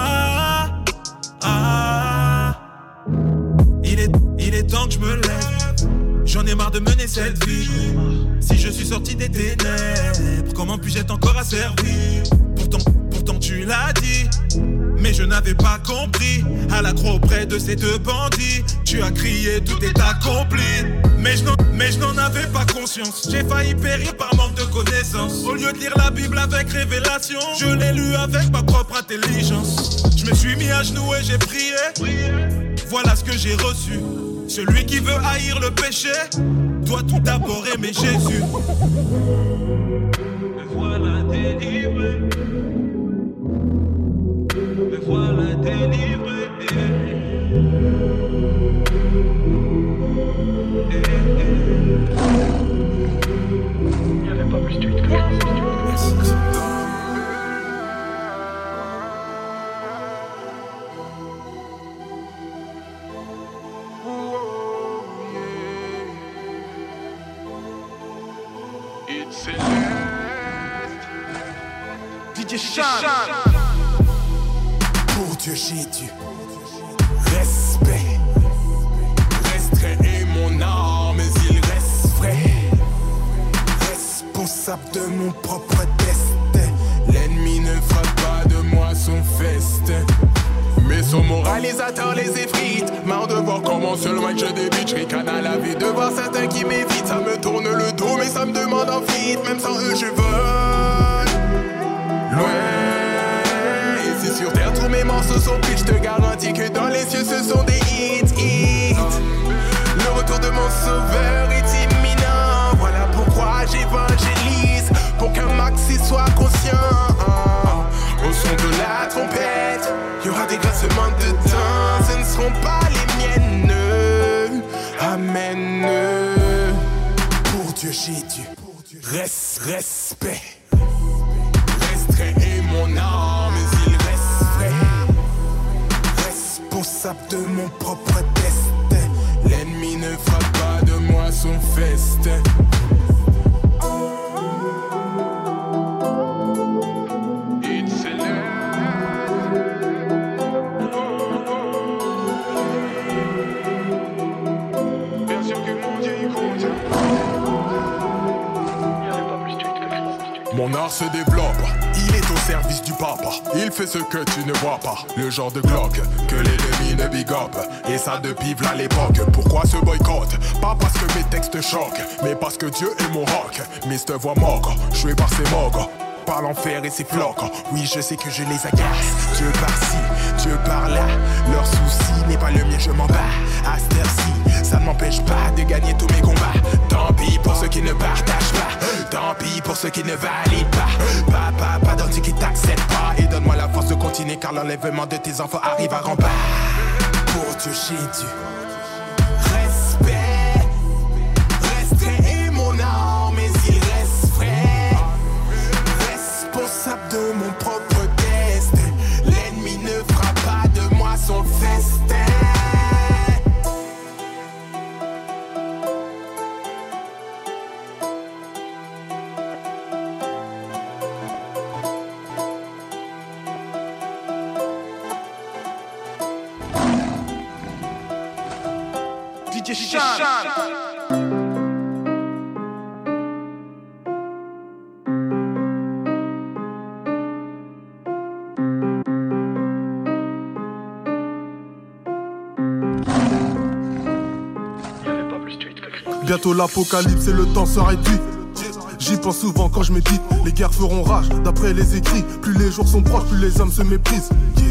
Il est temps que je me lève. J'en ai marre de mener cette vie. Si je suis sorti des ténèbres, comment puis-je être encore asservi? Pourtant tu l'as dit, mais je n'avais pas compris. À la croix auprès de ces deux bandits, tu as crié tout est accompli. Mais je n'en avais pas conscience. J'ai failli périr par manque de connaissances. Au lieu de lire la Bible avec révélation, je l'ai lu avec ma propre intelligence. Je me suis mis à genoux et j'ai prié. Voilà ce que j'ai reçu. Celui qui veut haïr le péché doit tout d'abord aimer Jésus. Me voilà délivré. Me voilà délivré. Il n'y avait pas plus de tweets que ça. Merci. DJ Sean. Pour Dieu j'ai du respect. Restreint est mon âme, mais il reste vrai. Responsable de mon propre destin. L'ennemi ne fera pas de moi son festin. Mais son moralisateur les effrite. Marre de voir comment seul mic je débite. Je ricane à la vie de voir certains qui m'évitent. Ça me tourne le dos mais ça me demande en vite. Même sans eux je vole loin. Et si sur terre tous mes morceaux sont pris, je te garantis que dans les cieux ce sont des hits. Le retour de mon sauveur est imminent. Voilà pourquoi j'évangélise, pour qu'un maxi soit conscient. Au son de la trompette, il y aura des grincements de temps. Ce ne seront pas les miennes. Amen. Pour Dieu j'ai du respect. Restreint est mon âme, mais il reste vrai. Responsable de mon propre destin. L'ennemi ne fera pas de moi son festin. Mon art se développe, il est au service du papa. Il fait ce que tu ne vois pas. Le genre de Glock que l'ennemi ne big up. Et ça depuis v'là l'époque. Pourquoi ce boycott? Pas parce que mes textes choquent, mais parce que Dieu est mon rock. Mister voix moque, joué par ses mogues, par l'enfer et ses flocs. Oui je sais que je les agace. Dieu par-ci, Dieu par-là. Leur souci n'est pas le mien, je m'en bats. À cette heure-ci, ça ne m'empêche pas de gagner tous mes combats. Tant pis pour ceux qui ne partagent pas. Tant pis pour ceux qui ne valident pas. Pas dans ceux qui t'acceptent pas. Et donne-moi la force de continuer, car l'enlèvement de tes enfants arrive à grands pas. Pour Dieu j'ai du respect. Restreint est mon âme, mais il reste vrai. Responsable de mon propre destin. L'ennemi ne fera pas de moi son festin. Bientôt l'apocalypse et le temps se réduit. J'y pense souvent quand je médite. Les guerres feront rage, d'après les écrits. Plus les jours sont proches, plus les hommes se méprisent.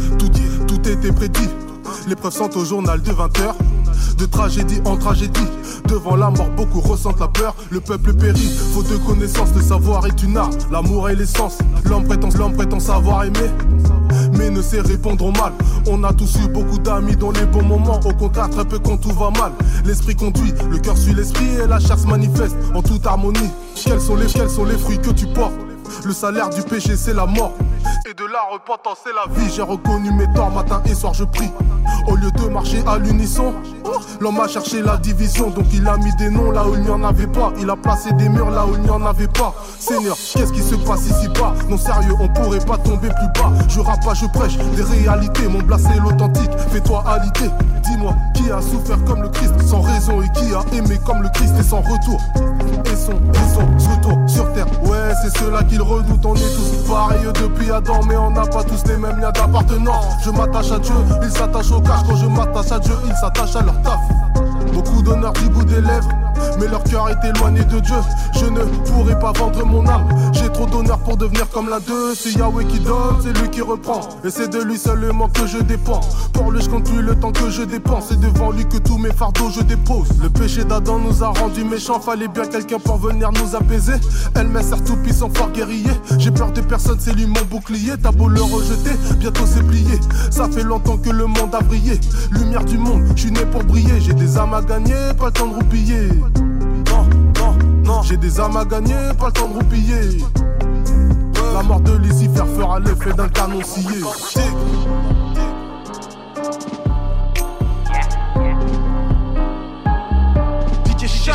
Tout était prédit. Les preuves sont au journal de 20h. De tragédie en tragédie. Devant la mort, beaucoup ressentent la peur. Le peuple périt, faute de connaissance. Le savoir est une arme, l'amour est l'essence. L'homme prétend savoir aimer, mais ne sait répondre au mal. On a tous eu beaucoup d'amis dans les bons moments. Au contraire, très peu quand tout va mal. L'esprit conduit, le cœur suit l'esprit et la chair se manifeste en toute harmonie. Quels sont les fruits que tu portes? Le salaire du péché c'est la mort, et de la repentance c'est la vie. J'ai reconnu mes torts, matin et soir je prie. Au lieu de marcher à l'unisson, l'homme a cherché la division. Donc il a mis des noms là où il n'y en avait pas. Il a placé des murs là où il n'y en avait pas. Seigneur, qu'est-ce qui se passe ici bas? Non sérieux, on pourrait pas tomber plus bas. Je rappe pas, je prêche des réalités. Mon blast c'est l'authentique, fais-toi à l'idée. Dis-moi, qui a souffert comme le Christ sans raison, et qui a aimé comme le Christ et sans retour? Et son retour sur terre, ouais c'est ceux-là qu'ils redoutent. On est tous pareils depuis Adam, mais on n'a pas tous les mêmes liens d'appartenance. Je m'attache à Dieu, il s'attache au cash. Quand je m'attache à Dieu, ils s'attachent à leur taf. Beaucoup d'honneur du bout des lèvres, mais leur cœur est éloigné de Dieu. Je ne pourrai pas vendre mon âme. J'ai trop d'honneur pour devenir comme l'un d'eux. C'est Yahweh qui donne, c'est lui qui reprend. Et c'est de lui seulement que je dépends. Pour lui je compte plus le temps que je dépense. C'est devant lui que tous mes fardeaux je dépose. Le péché d'Adam nous a rendus méchants. Fallait bien quelqu'un pour venir nous apaiser. Elle met sert tout puissant fort guerrier. J'ai peur de personne, c'est lui mon bouclier. T'as beau le rejeter, bientôt c'est plié. Ça fait longtemps que le monde a brillé. Lumière du monde, je suis né pour briller. J'ai des âmes à gagner, pas le temps de roupiller. Non, j'ai des âmes à gagner, pas le temps de roupiller. La mort de Lucifer fera l'effet d'un canon scié. DJ Shine.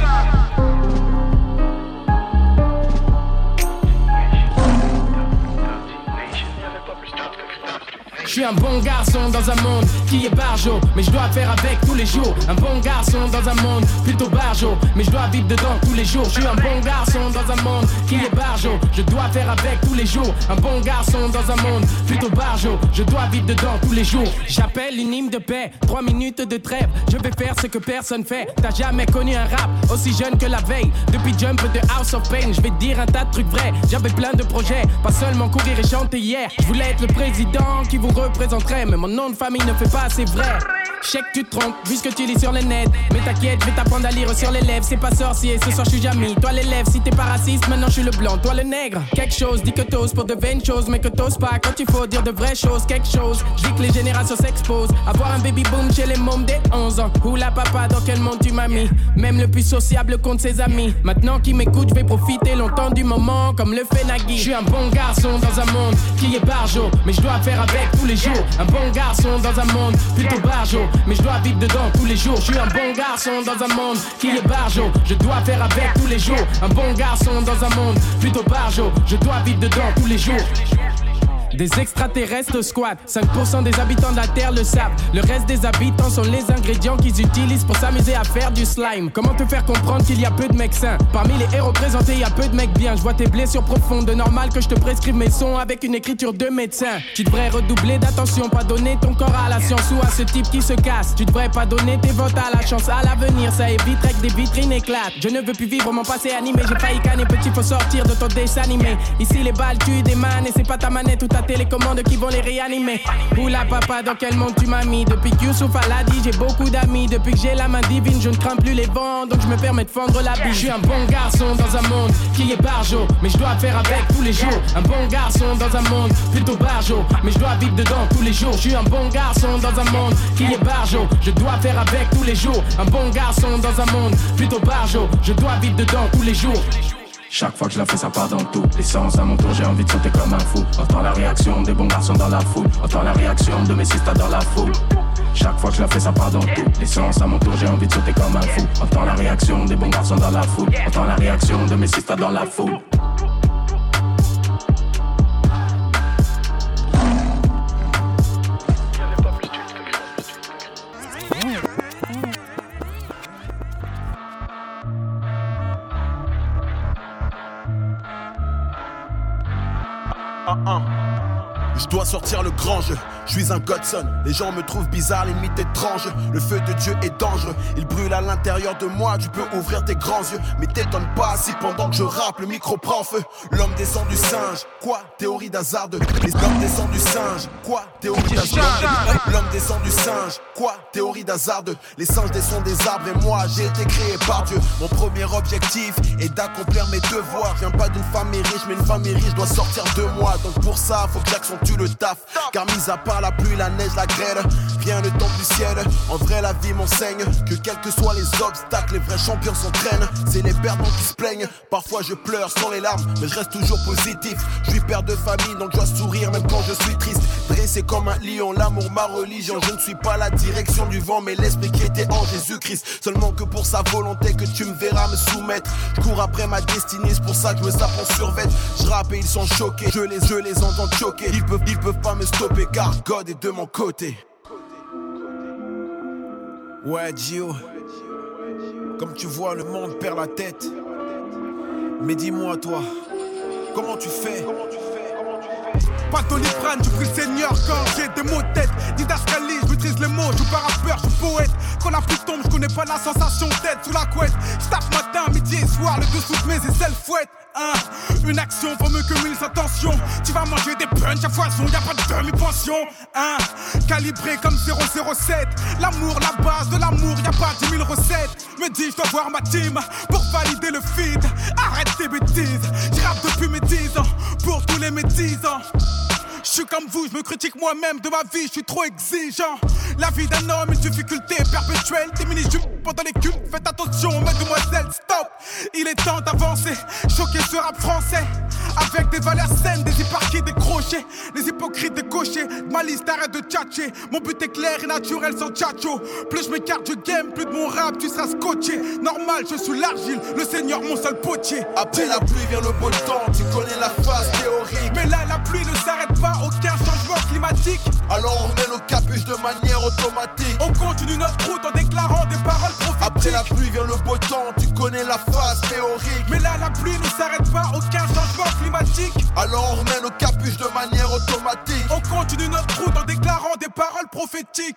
Je suis un bon garçon dans un monde qui est barjot, mais je dois faire avec tous les jours. Un bon garçon dans un monde plutôt barjot, mais je dois vivre dedans tous les jours. Je suis un bon garçon dans un monde qui est barjot, je dois faire avec tous les jours. Un bon garçon dans un monde plutôt barjot, je dois vivre dedans tous les jours. J'appelle une hymne de paix, 3 minutes de trêve. Je vais faire ce que personne fait. T'as jamais connu un rap aussi jeune que la veille. Depuis Jump de House of Pain, je vais te dire un tas de trucs vrais. J'avais plein de projets, pas seulement courir et chanter hier. Je voulais être le président qui vous représenterait, mais mon nom de famille ne fait pas assez vrai. Je sais que tu te trompes, vu ce que tu lis sur le net. Mais t'inquiète, je vais t'apprendre à lire sur les lèvres. C'est pas sorcier, ce soir je suis Jamie. Toi l'élève, si t'es pas raciste, maintenant je suis le blanc. Toi le nègre, quelque chose, dis que t'oses pour de vaines choses, mais que t'oses pas quand il faut dire de vraies choses. Quelque chose, je dis que les générations s'exposent. Avoir un baby boom chez les mômes des 11 ans. Oula papa, dans quel monde tu m'as mis? Même le plus sociable compte ses amis. Maintenant qui m'écoute, je vais profiter longtemps du moment, comme le fait Nagui. Je suis un bon garçon dans un monde qui est barjot, mais je dois faire avec tous les jours. Un bon garçon dans un monde plutôt barjot, mais je dois vivre dedans tous les jours. Je suis un bon garçon dans un monde qui est barjot, je dois faire avec tous les jours. Un bon garçon dans un monde plutôt barjot, je dois vivre dedans tous les jours. Des extraterrestres squattent, 5% des habitants de la Terre le savent. Le reste des habitants sont les ingrédients qu'ils utilisent pour s'amuser à faire du slime. Comment te faire comprendre qu'il y a peu de mecs sains? Parmi les héros présentés, il y a peu de mecs bien. Je vois tes blessures profondes, de normal que je te prescrive mes sons avec une écriture de médecin. Tu devrais redoubler d'attention, pas donner ton corps à la science ou à ce type qui se casse. Tu devrais pas donner tes votes à la chance, à l'avenir, ça éviterait que des vitrines éclatent. Je ne veux plus vivre mon passé animé, j'ai failli canner, petit faut sortir de ton dessin animé. Ici les balles tuent des mannes et c'est pas ta manette ou ta télécommande qui vont les réanimer. Oula papa, dans quel monde tu m'as mis? Depuis que Youssouf l'a dit, j'ai beaucoup d'amis. Depuis que j'ai la main divine, je ne crains plus les vents, donc je me permets de fendre la bise. Je suis un bon garçon dans un monde qui est barjot, mais je dois faire avec tous les jours. Un bon garçon dans un monde plutôt barjot, mais je dois vivre dedans tous les jours. Je suis un bon garçon dans un monde qui est barjot, je dois faire avec tous les jours. Un bon garçon dans un monde plutôt barjot, je dois vivre dedans tous les jours. Chaque fois que je la fais, ça part dans tout. Les sens à mon tour, j'ai envie de sauter comme un fou. Entends la réaction des bons garçons dans la foule. Entends la réaction de mes sisters dans la foule. Chaque fois que je la fais, ça part dans tout. Les sens à mon tour, j'ai envie de sauter comme un fou. Entends la réaction des bons garçons dans la foule. Entends la réaction de mes sisters dans la foule. Je dois sortir le grand jeu, je suis un Godson. Les gens me trouvent bizarre, limite étrange. Le feu de Dieu est dangereux, il brûle à l'intérieur de moi. Tu peux ouvrir tes grands yeux, mais t'étonnes pas si pendant que je rappe, le micro prend feu. L'homme descend du singe, quoi? Théorie d'hasard de... L'homme descend du singe, quoi? Théorie d'hasard. L'homme descend du singe, quoi? Théorie d'hasard. Les singes descendent des arbres et moi j'ai été créé par Dieu. Mon premier objectif est d'accomplir mes devoirs. Je viens pas d'une famille riche, mais une famille riche doit sortir de moi. Donc pour ça, faut que j'accentue le taf. Car mis à part la pluie, la neige, la grêle, rien ne tombe du ciel. En vrai la vie m'enseigne que quels que soient les obstacles, les vrais champions s'entraînent. C'est les perdants qui se plaignent. Parfois je pleure sans les larmes, mais je reste toujours positif. Je suis père de famille, donc je dois sourire même quand je suis triste. Dressé comme un lion, l'amour ma religion. Je ne suis pas la direction du vent, mais l'esprit qui était en Jésus-Christ. Seulement que pour sa volonté que tu me verras me soumettre. Je cours après ma destinée, c'est pour ça que je me sape en survêt. Je rappe et ils sont choqués, je les entends choquer. Ils peuvent pas me stopper car God est de mon côté. Ouais Gio, comme tu vois le monde perd la tête. Mais dis-moi toi, comment tu fais? Pas de Doliprane, je prie le Seigneur quand j'ai des mots de tête. Didascalie, je maîtrise les mots, je suis pas rappeur, je suis poète. Quand la pluie tombe, je connais pas la sensation d'être sous la couette. Je tape matin, midi et soir, le dessous de mes aisselles fouette. Une action vaut mieux que 1000 intentions. Tu vas manger des punchs à foison, y'a pas de demi-pension. Calibré comme 007. L'amour, la base de l'amour, y'a pas 10 000 recettes. Me dis, je dois voir ma team pour valider le feed. Arrête tes bêtises, j'rappe depuis mes 10 ans. Pour tous les médisants. Je suis comme vous, je me critique moi-même de ma vie, je suis trop exigeant. La vie d'un homme, une difficulté perpétuelle. Des mini-jupes pendant les cubes, faites attention, mademoiselle, stop. Il est temps d'avancer, choquer ce rap français. Avec des valeurs saines, des éparqués, des crochets. Les hypocrites, des cochers, ma liste arrête de tchatcher. Mon but est clair et naturel sans tchatcho. Plus je m'écarte du game, plus de mon rap, tu seras scotché. Normal, je suis l'argile, le Seigneur mon seul potier. Après la pluie vient le beau temps, tu connais la phase théorique. Mais là la pluie ne s'arrête pas, aucun changement climatique. Alors on remet nos capuches de manière automatique. On continue notre route en déclarant des paroles prophétiques. Après la pluie vient le beau temps, tu connais la phase théorique. Mais là la pluie ne s'arrête pas, aucun changement climatique. Alors on remet nos capuches de manière automatique. On continue notre route en déclarant des paroles prophétiques.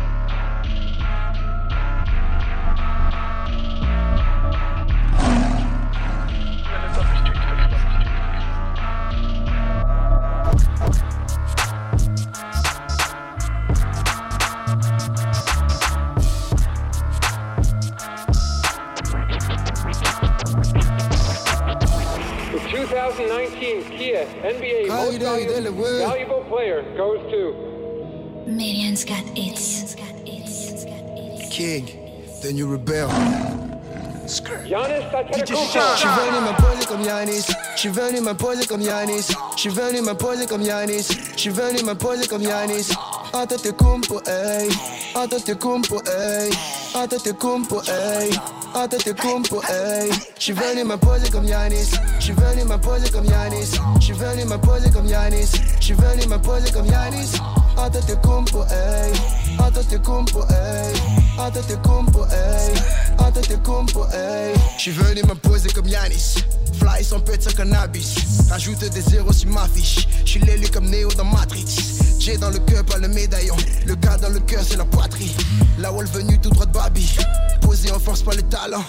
The 2019 Kia NBA Most Valuable Player goes to Millions got its. King, then you rebel. Giannis Antetokounmpo. J'suis venu m'imposer comme Giannis. J'suis venu m'imposer comme Giannis. J'suis venu m'imposer comme Giannis. J'suis venu m'imposer comme Giannis. Antetokounmpo, ey. Antetokounmpo, ey. Antetokounmpo, ey. Antetokounmpo, ey. J'suis venu m'imposer comme Giannis. J'suis venu m'imposer comme Giannis. J'suis venu m'imposer comme Giannis. J'suis venu m'imposer comme Giannis. Antetokounmpo, ey. Antetokounmpo, ey. Antetokounmpo, ey. Antetokounmpo, ey. J'suis venu m'imposer comme Giannis. Fly sans pète, sans cannabis. Rajoute des zéros sur ma fiche. J'suis l'élu comme Neo dans Matrix. J'ai dans le cœur, pas le médaillon. Le gars dans le cœur, c'est la poitrine. La wall venue tout droit de Babi. Posé en force, pas le talent.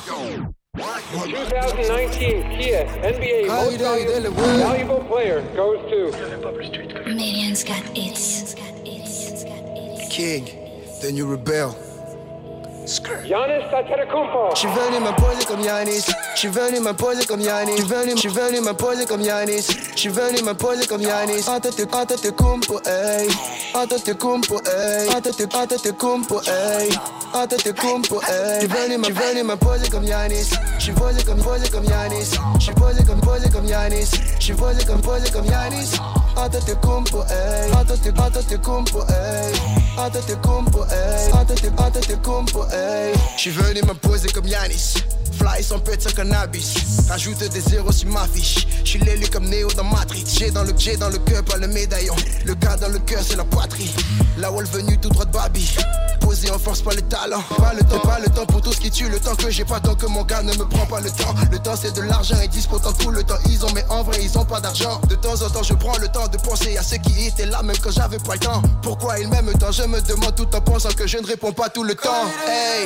2019 Kia NBA Most Valuable Player goes to Millions got its. King, then you rebel. Giannis Antetokounmpo. J'suis venu m'imposer comme Giannis. J'suis venu m'imposer comme Giannis. J'suis venu m'imposer comme Giannis. J'suis venu m'imposer comme Giannis. Antetokounmpo, ey. Antetokounmpo, ey. Antetokounmpo, ey. Antetokounmpo, ey. J'suis venu m'imposer comme Giannis. J'suis posé comme Giannis. J'suis posé comme Giannis. J'suis posé comme Giannis. Antetokounmpo, ey. Antetokounmpo, ey. Antetokounmpo, ey. Antetokounmpo, ey. J'suis venu m'imposer comme Giannis. Fly sans pète, sans cannabis. Rajoute des zéros sur ma fiche. J'suis l'élu comme Neo dans Matrix. J'ai dans le cœur, pas le médaillon. Le gars dans le cœur, c'est la poitrine. La wall venue tout droit de Babi. Posé en force, pas le talent. Pas le temps pour tout ce qui tue. Le temps que j'ai pas tant que mon gars ne me prend pas le temps. Le temps c'est de l'argent et dispo tant tout le temps. Ils ont mais en vrai ils ils ont pas d'argent. De temps en temps je prends le temps de penser à ceux qui étaient là même quand j'avais pas le temps. Pourquoi ils m'aiment tant, je me demande tout en pensant que je ne réponds pas tout le temps. Hey,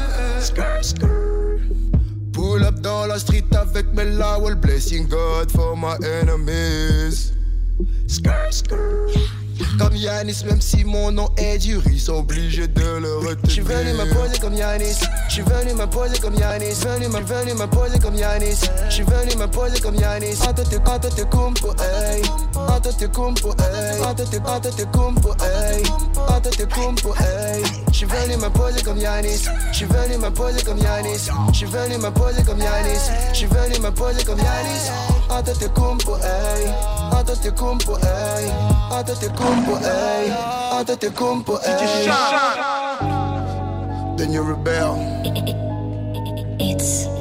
pull up dans la street avec mes lawal, blessing God for my enemies. Comme Yanis, même si mon nom est dur, ils sont obligés de le retenir. J'suis venu m'imposer comme Yanis. J'suis venu m'imposer comme Yanis. Venu m'imposer comme Yanis. J'suis venu m'imposer comme Yanis. Antetokounmpo, ey. Antetokounmpo, ey. Antetokounmpo, ey. Antetokounmpo, ey. J'suis venu m'imposer comme Yanis. J'suis venu m'imposer comme Yanis. J'suis venu m'imposer comme Yanis. J'suis venu m'imposer comme Yanis. Antetokounmpo, ey. Antetokounmpo, ey. Antetokounmpo, ey. Antetokounmpo, ey. The new rebel. It's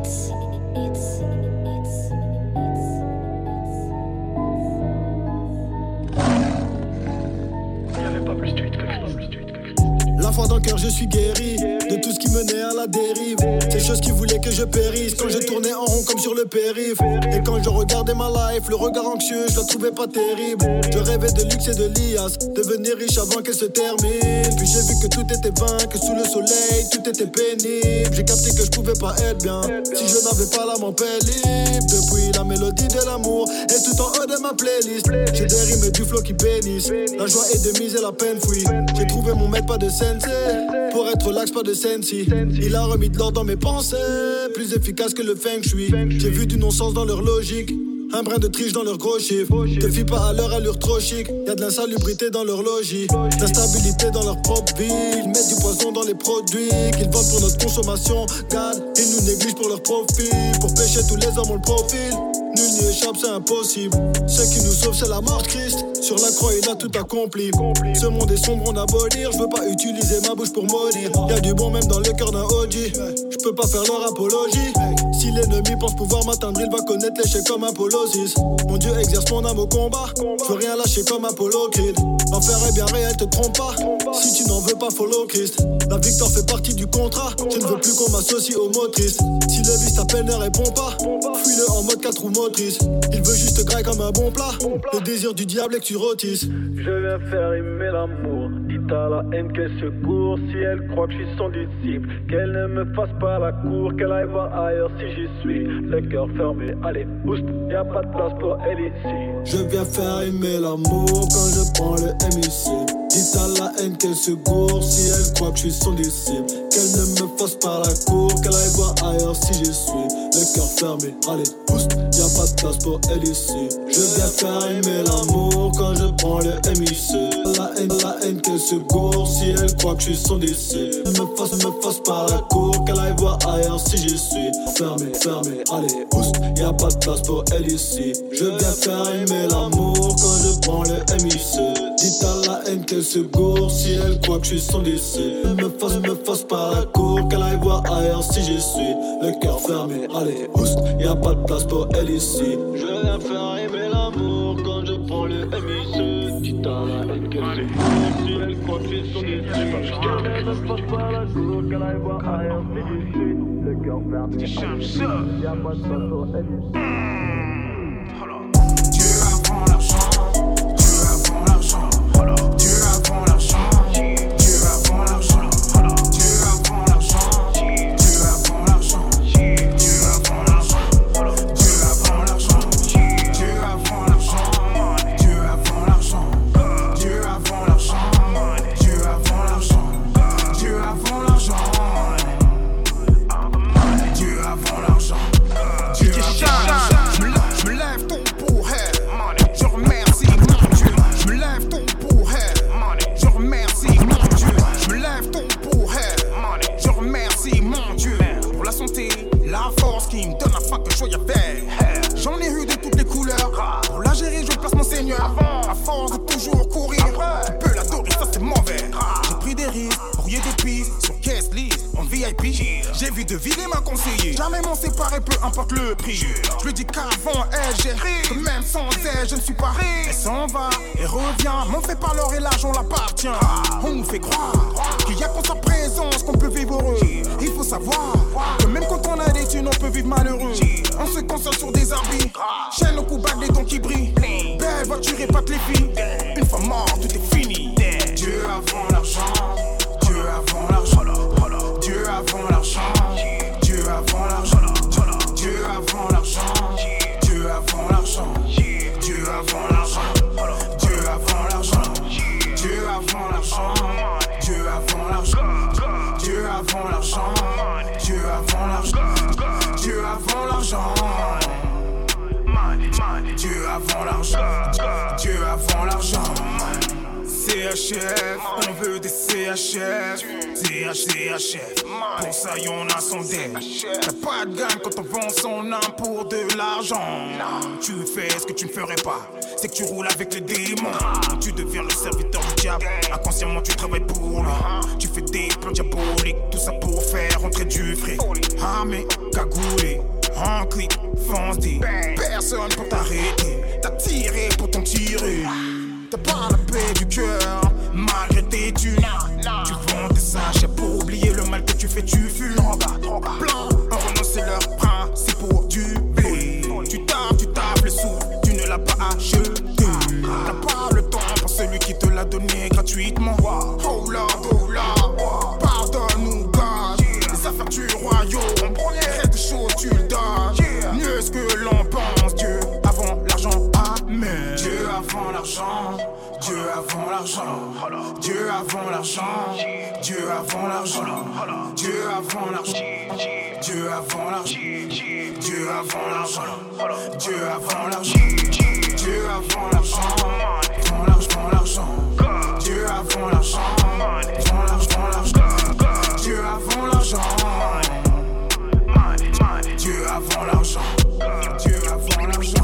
L'enfant dans le cœur, je suis guéri de tout ce qui menait à la dérive. Ces choses qui voulaient que je périsse quand je tournais en rond comme sur le périph'. Et quand je regardais ma life, le regard anxieux, je la trouvais pas terrible. Je rêvais de luxe et de lias, devenir riche avant qu'elle se termine. Puis j'ai vu que tout était vain, que sous le soleil, tout était pénible. J'ai capté que je pouvais pas être bien si je n'avais pas l'âme en paix libre. Depuis la mélodie de l'amour est tout en haut de ma playlist. J'ai des rimes et du flow qui bénissent. La joie est de mise et la peine fuit. J'ai trouvé mon maître, pas de sensei. Pour être relax, pas de sensi. Il a remis de l'ordre dans mes pensées, plus efficace que le feng shui. J'ai vu du non-sens dans leur logique, un brin de triche dans leurs gros chiffres. Te fie pas à leur allure trop chic. Y'a de l'insalubrité dans leur logis, l'instabilité dans leur propre vie. Ils mettent du poison dans les produits qu'ils vendent pour notre consommation. God, ils nous négligent pour leur profit. Pour pêcher tous les hommes ont le profil. Nul n'y échappe, c'est impossible. Ce qui nous sauve, c'est la mort de Christ. Sur la croix, il a tout accompli. Ce monde est sombre, on abolir. Je veux pas utiliser ma bouche pour maudire. Y'a du bon même dans le cœur d'un OG. Je peux pas faire leur apologie. Si l'ennemi pense pouvoir m'atteindre, il va connaître l'échec comme Apollo 6. Mon Dieu exerce mon âme au combat. Je veux rien lâcher comme Apollo Creed. L'enfer est bien réel, te trompe pas. Si tu n'en veux pas, follow Christ. La victoire fait partie du contrat. Je ne veux plus qu'on m'associe au mot triste. Si le vice t'appelle, ne réponds pas. Fuis-le en mode 4 roues motrices. Il veut juste grailler comme un bon plat. Le désir du diable est que tu rôtisses. Je viens faire aimer l'amour. Dites à la haine qu'elle se court. Si elle croit que je suis son disciple, qu'elle ne me fasse pas la cour. Qu'elle aille voir ailleurs si j'y suis. Le cœur fermé, allez, boost. Y'a pas de place pour elle ici. Je viens faire aimer l'amour quand je prends le MIC. Dites à la haine qu'elle se gourre. Si elle croit que je suis son disciple, qu'elle ne me fasse pas la cour. Qu'elle aille voir ailleurs si j'y suis. Le cœur fermé, allez, boost. Y'a pas de place pour elle ici. Je viens faire aimer l'amour quand je prends le MIC. La haine qu'elle se gourre. Si elle croit que je suis son disciple, me fasse pas la cour. Qu'elle aille voir ailleurs si j'y suis. Fermé, allez, boost. Y'a pas de place pour elle ici. Je viens faire aimer l'amour quand je prends le MIC. Dites à la haine qu'elle se gourre. Si elle croit que je suis son disciple, me fasse pas la cour. Qu'elle aille voir ailleurs si j'y suis. Le cœur fermé, allez, boost. Y'a pas de place pour elle ici. Je viens faire aimer l'amour quand je prends le MIC. Dites à la haine qu'elle se gourre. Si elle croit que je suis son disciple, qu'elle ne me fasse pas la cour. Qu'elle aille voir ailleurs si j'y suis. Le cœur fermé, allez, y'a pas de place pour elle ici. Dieu avant l'argent, Dieu avant l'argent, Dieu avant l'argent, Dieu avant l'argent, Dieu avant l'argent, Dieu avant l'argent, Dieu avant l'argent, Dieu avant l'argent, Dieu avant l'argent, Dieu avant l'argent, Dieu avant l'argent, Dieu avant l'argent, Dieu avant l'argent, Dieu avant l'argent, Dieu avant l'argent. Je me lève ton pour elle. Je remercie mon Dieu. Je me lève ton pour elle. Je remercie mon Dieu. Je me lève ton pour elle. Je remercie mon Dieu pour la santé, la force qui me donne afin que je sois avec. J'en ai eu de toutes les couleurs. Pour la gérer, je place mon Seigneur. À force de toujours courir, tu peux l'adorer, ça c'est mauvais. J'ai pris des risques, brouillé des pistes sur guest list, en VIP. J'ai vu de vider ma conseiller. Jamais m'en séparer, peu importe le prix. Je lui dis qu'avant elle gérait, que même sans elle, je ne suis pas riche. Elle s'en va et revient, m'en fait pas l'or et l'argent l'appartient. On nous fait croire qu'il y a qu'en sa présence qu'on peut vivre heureux. Il faut savoir que même quand on a des thunes, on peut vivre malheureux. On se concentre sur des habits, chaîne au cou, bague répète les filles. Une fois mort, tout est fini. Dieu avant l'argent, Dieu avant l'argent, Dieu avant l'argent, Dieu avant l'argent, Dieu avant l'argent, Dieu avant l'argent, Dieu avant l'argent, Dieu avant l'argent, Dieu avant l'argent, Dieu avant l'argent, Dieu avant l'argent, Dieu avant l'argent, Dieu avant l'argent. Dieu avant l'argent, Dieu avant l'argent. CHF, on veut des CHF. CHF, pour ça y'en a son deck. T'as pas de gagne quand on vend son âme pour de l'argent. Tu fais ce que tu ne ferais pas, c'est que tu roules avec les démons. Tu deviens le serviteur du diable, inconsciemment tu travailles pour lui. Tu fais des plans diaboliques, tout ça pour faire rentrer du fric. Armé, cagoulé, en clic, fonce dit. Personne pour t'arrêter, t'as tiré pour t'en tirer. T'as pas la paix du cœur, malgré tes thunes. Tu vends tes sachets pour oublier le mal que tu fais, tu fumes. Plein, en renoncer leur principe pour du blé. Tu tapes le sou, tu ne l'as pas acheté. T'as pas le temps pour celui qui te l'a donné gratuitement. Oh Lord, pardonne-nous God. Les affaires du royaume, quelque chose tu le donnes. Mieux ce que l'on pense, Dieu avant l'argent, amen. Dieu avant l'argent, Dieu avant l'argent, Dieu avant l'argent, Dieu avant l'argent, Dieu avant l'argent, Dieu avant l'argent, Dieu avant l'argent, Dieu avant l'argent, Dieu avant l'argent, avant l'argent, Dieu avant l'argent, Dieu avant l'argent, Dieu avant l'argent, Dieu avant l'argent.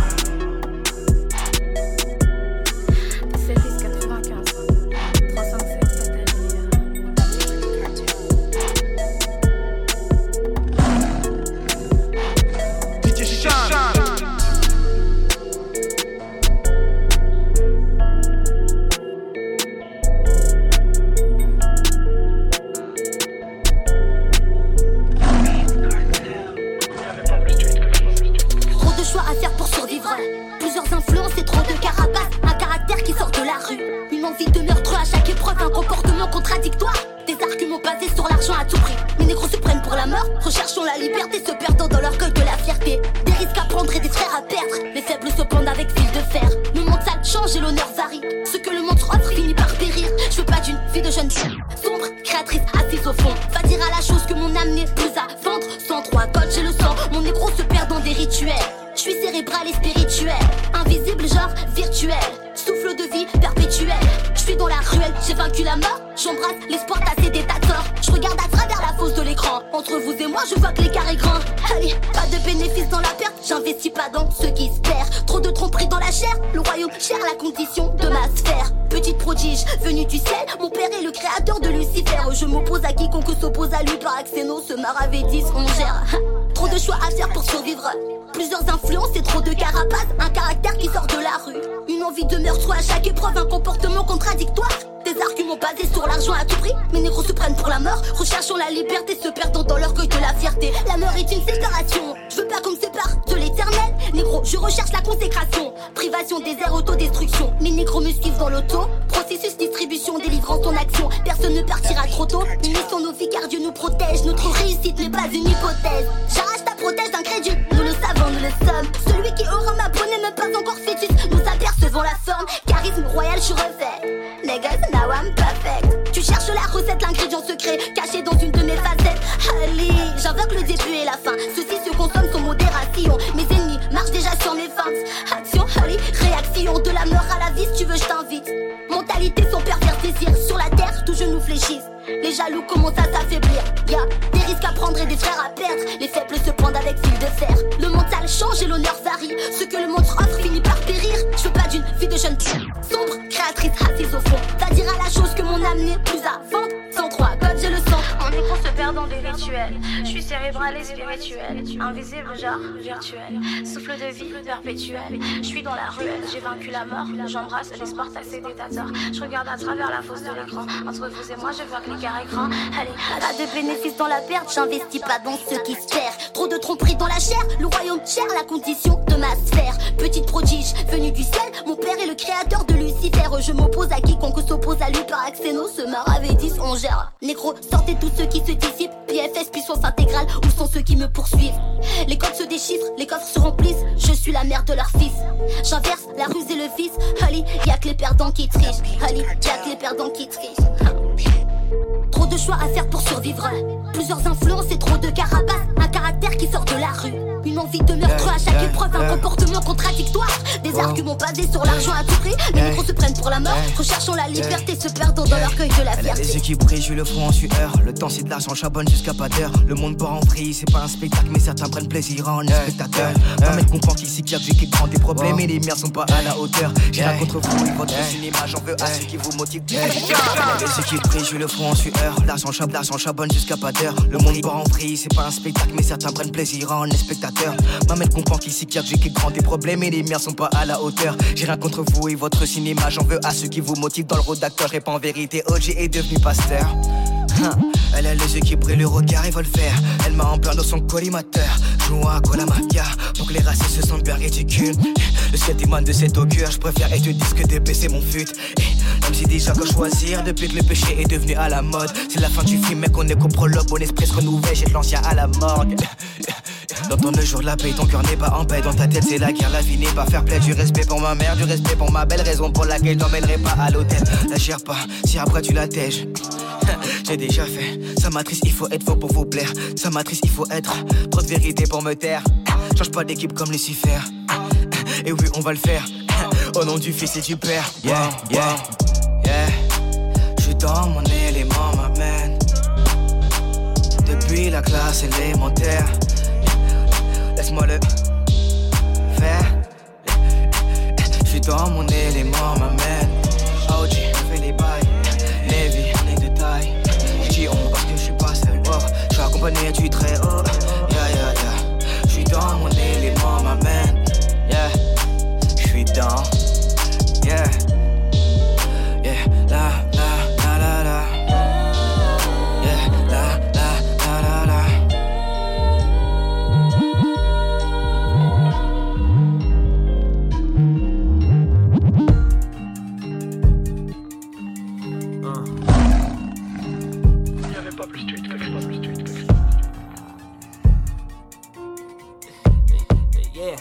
Recherchons la liberté, se perdant dans l'orgueil de la fierté. Des risques à prendre et des frères à perdre. Les faibles se pendent avec fil de fer. Le monde sale change et l'honneur varie. Ce que le monde offre finit par périr. Je veux pas d'une vie de jeune fille sombre, créatrice assise au fond. Va dire à la chose que mon âme n'est plus à vendre. Sans droit, code, j'ai le sang. Mon négro se perd dans des rituels. Je suis cérébral et spirituel. Invisible, genre virtuel. Souffle de vie perpétuel. Je suis dans la ruelle, j'ai vaincu la mort. J'embrasse l'espoir tasser des tas de tort. Je regarde à travers la fosse de l'écran. Entre vous et moi, je vois que l'écart est grand. Allez, pas de bénéfice dans la perte. J'investis pas dans ce qui se perd. Trop de tromperies dans la chair. Le royaume cher la condition de ma sphère. Petite prodige venue du ciel. Mon père est le créateur de Lucifer. Je m'oppose à quiconque s'oppose à lui. Par Axéno, ce maravédis, on gère. Trop de choix à faire pour survivre. Plusieurs influences et trop de carapaces. Un caractère qui sort de la rue. Une envie de meurtre à chaque épreuve. Un comportement contradictoire. Des arguments basés sur l'argent à tout prix. Mes négros se prennent pour la mort. Recherchons la liberté, se perdant dans l'orgueil de la fierté. La mort est une séparation. Je veux pas qu'on me sépare de l'éternel. Négro, je recherche la consécration. Privation, désert, autodestruction. Mes négros me suivent dans l'auto. Processus, distribution, délivrance en action. Personne ne partira trop tôt. Une mission nos vies car Dieu nous protège. Notre réussite n'est pas une hypothèse. J'arrache ta prothèse incrédule. Nous le savons, nous le sommes. Celui qui aura ma bonne n'est même pas encore fœtus. Nous apercevons la forme. Charisme royal, je refais. Niggas, now I'm perfect. Tu cherches la recette, l'ingrédient secret caché dans une de mes facettes. Allez, j'invoque le début et la fin. Ceci se consomme sans modération. Mes ennemis marchent déjà sur mes feintes. Action, allez, réaction. De la mort à la vie, si tu veux, je t'invite. Mentalité sans pervers désir. Sur la terre, tous genoux fléchissent. Les jaloux commencent à s'affaiblir. Y'a des risques à prendre et des frères à perdre. Les faibles se pendent avec fil de fer. Le mental change et l'honneur varie. Ce que le monde offre finit par périr. Je veux pas d'une vie de jeune fille sombre, créatrice assise au fond. Va dire à la chose que mon âme n'est plus à vendre. Sans droit, code, j'ai le sang. Mon écran se perd dans des rituels. Je suis cérébral et spirituel. Invisible, genre virtuel. Souffle de vie perpétuel. Je suis dans la ruelle, j'ai vaincu la mort. J'embrasse l'espoir tassé des tators. Je regarde à travers la fosse de l'écran. Entre vous et moi, je vois que l'écart est grand. Allez, pas de bénéfice dans la perte. J'investis pas dans ce qui se perd. Trop de tromperies dans la chair. Le royaume cher la condition de ma sphère. Petite prodige venue du ciel. Mon père est le créateur de Lucifer. Je m'oppose à quiconque s'oppose à lui par Axéno. Ce Maravédis, on gère. Négro, sortez tous ceux qui se dissipent. PFS, puissance intégrale, où sont ceux qui me poursuivent? Les codes se déchiffrent, les coffres se remplissent. Je suis la mère de leur fils. J'inverse la ruse et le vice. Holly, y'a que les perdants qui trichent. Holly, y'a que les perdants qui trichent. Trop de choix à faire pour survivre. Plusieurs influences et trop de carapaces. Un caractère qui sort de la rue. Une envie de meurtre à chaque épreuve. Un comportement contradictoire. Des arguments basés sur l'argent à tout prix. Les micros se prennent pour la mort. Recherchant la liberté, se perdant dans l'orgueil de la fierté. Les yeux qui brillent, j'ai le front en sueur. Le temps c'est de l'argent, charbonne jusqu'à pas d'heure. Le monde part en vrille, c'est pas un spectacle, mais certains prennent plaisir en spectateur. Un mec comprend qu'ici qu'il y a vu qu'il prend des problèmes et les miens sont pas à la hauteur. J'ai rien contre vous et votre cinéma, j'en veux à ceux qui vous motivent. Les yeux qui brillent, j'ai le front en sueur. L'argent charbonne jusqu'à pas d'heure. Le monde part en vrille, c'est pas un spectacle, mais certains prennent plaisir en spectateur. Ma mec comprend qu'ici qu'il y a vu qu'il prend des problèmes et les miens sont pas à la hauteur. J'ai rien contre vous et votre cinéma, j'en veux à ceux qui vous motivent. Dans le rôle d'acteur et pas en vérité, OG est devenu pasteur. Elle a les yeux qui brillent, le regard et veut le faire. Elle m'a en plein dans son collimateur. Joue à quoi la mafia pour que les racistes se sentent bien ridicules. Le ciel témoigne de cet augure. Je préfère être disque que de baisser mon fut. Même si déjà que choisir depuis que le péché est devenu à la mode. C'est la fin du film mec, on est qu'au prologue. Mon esprit se renouvelle, j'ai de l'ancien à la morgue. Dans ton le jour de la paix, ton cœur n'est pas en paix. Dans ta tête c'est la guerre, la vie n'est pas fair play. Du respect pour ma mère, du respect pour ma belle. Raison pour laquelle t'emmènerai pas à l'hôtel. La gère pas, si après tu la tèges. J'ai déjà fait, ça m'attriste, il faut être faux pour vous plaire. Ça m'attriste, il faut être trop de vérité pour me taire. Change pas d'équipe comme Lucifer. Et oui on va le faire. Au nom du fils et du père. Yeah, yeah, yeah. J'suis dans mon élément, ma man. Depuis la classe élémentaire. Laisse-moi le faire. J'suis dans mon élément, ma man. OG, fais les bails. Lévi, on est de taille. J'dis on parce que j'suis pas seul. Oh, j'suis accompagné du très haut. Yeah, yeah, yeah. J'suis dans mon élément, ma man. Yeah. J'suis dans. Yeah. Yeah. La, la, la, la, la. Yeah. La, la, la, la, la. Yeah.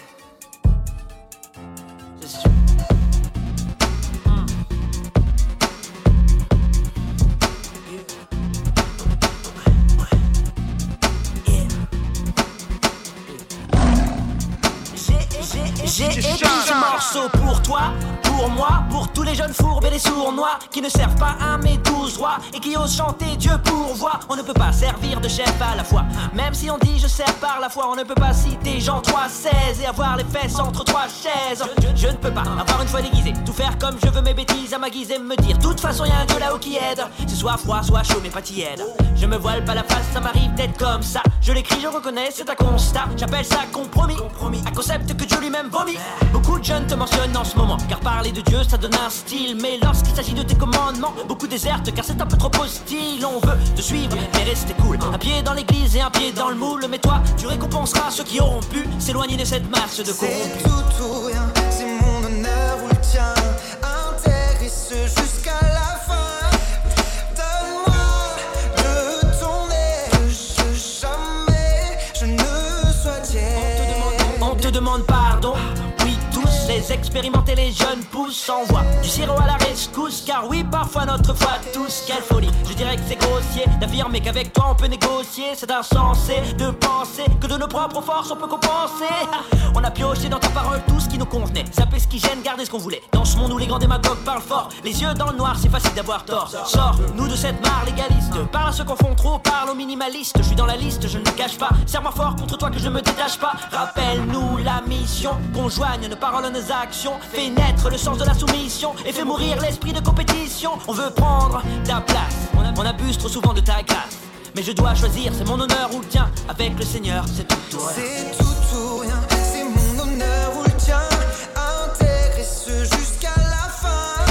J'ai écrit ce morceau pour toi, pour moi, pour tous les jeunes fourbes et les sournois qui ne servent pas un mais 12 rois et qui osent chanter Dieu pourvoit. On ne peut pas servir de chef à la fois, même si on dit je sers par la foi. On ne peut pas citer Jean 3,16 et avoir les fesses entre trois chaises. Je ne peux pas avoir une foi déguisée, tout faire comme je veux, mes bêtises à ma guise et me dire toute façon y'a un Dieu là-haut qui aide. C'est soit froid, soit chaud mais pas tiède. Je me voile pas la face, ça m'arrive d'être comme ça. Je l'écris, je reconnais, c'est un constat. J'appelle ça compromis, un concept que Dieu lui-même vomit. Beaucoup de jeunes te mentionnent en ce moment, car parler de Dieu ça donne un style. Mais lorsqu'il s'agit de tes commandements, beaucoup désertent car c'est un peu trop hostile. On veut te suivre mais rester cool, un pied dans l'église et un pied dans le moule. Mais toi tu récompenseras ceux qui auront pu s'éloigner de cette masse de corrompus. C'est tout ou rien, c'est mon honneur ou le tien. Intègre ce jusqu'à la fin. Donne-moi de ton aide, que jamais je ne sois tiède. On te demande pardon. Oui, tous les expérimentés, les jeunes pousses envoient du sirop à la rescousse. Car oui, parfois notre foi tous, quelle folie. Je dirais que c'est grossier d'affirmer qu'avec toi on peut négocier. C'est insensé de penser que de nos propres forces on peut compenser. On a pioché dans ta parole tout ce qui nous convenait, zappé ce qui gêne, garder ce qu'on voulait. Dans ce monde où les grands démagogues parlent fort, les yeux dans le noir c'est facile d'avoir tort. Sors-nous de cette mare légaliste, parle à ceux qu'on font trop, parle aux minimalistes. Je suis dans la liste, je ne le cache pas. Serre-moi fort contre toi que je me détache pas. Rappelle-nous la mission, qu'on joigne nos paroles à nos actions. Fais naître le sens de la soumission et fais mourir l'esprit de compétition. On veut prendre ta place, on abuse trop souvent de ta classe. Mais je dois choisir, c'est mon honneur ou le tien. Avec le Seigneur, c'est tout ou rien. C'est tout ou rien, c'est mon honneur ou le tien. Intégrer ce jusqu'à la fin.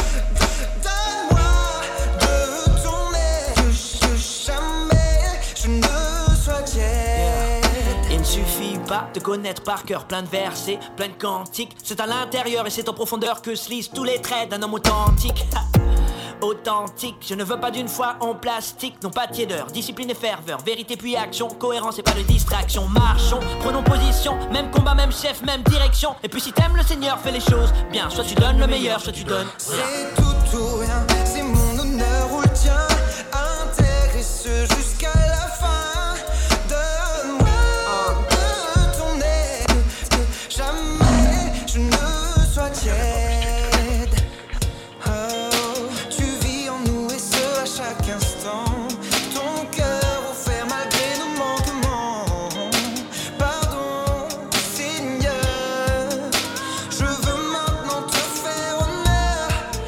Donne-moi de ton aide, que jamais je ne sois tiède. Il ne suffit pas de connaître par cœur plein de versets, plein de cantiques. C'est à l'intérieur et c'est en profondeur que se lisent tous les traits d'un homme authentique. Authentique, je ne veux pas d'une foi en plastique. Non, pas de tiédeur, discipline et ferveur, vérité puis action, cohérence et pas de distraction. Marchons, prenons position, même combat, même chef, même direction. Et puis si t'aimes le Seigneur, fais les choses bien. Soit tu donnes le meilleur, soit tu donnes rien. C'est tout ou rien, c'est mon honneur ou le tien. Intègre et ce jusqu'à la fin. Donne-moi de ton aide, que jamais je ne sois tiède. Chaque instant, ton cœur offert malgré nos manquements. Pardon, Seigneur, je veux maintenant te faire honneur,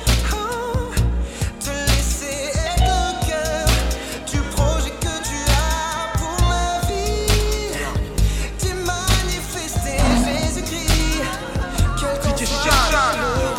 te laisser être le cœur du projet que tu as pour ma vie. T'es manifesté, Jésus-Christ, quel qu'en soit le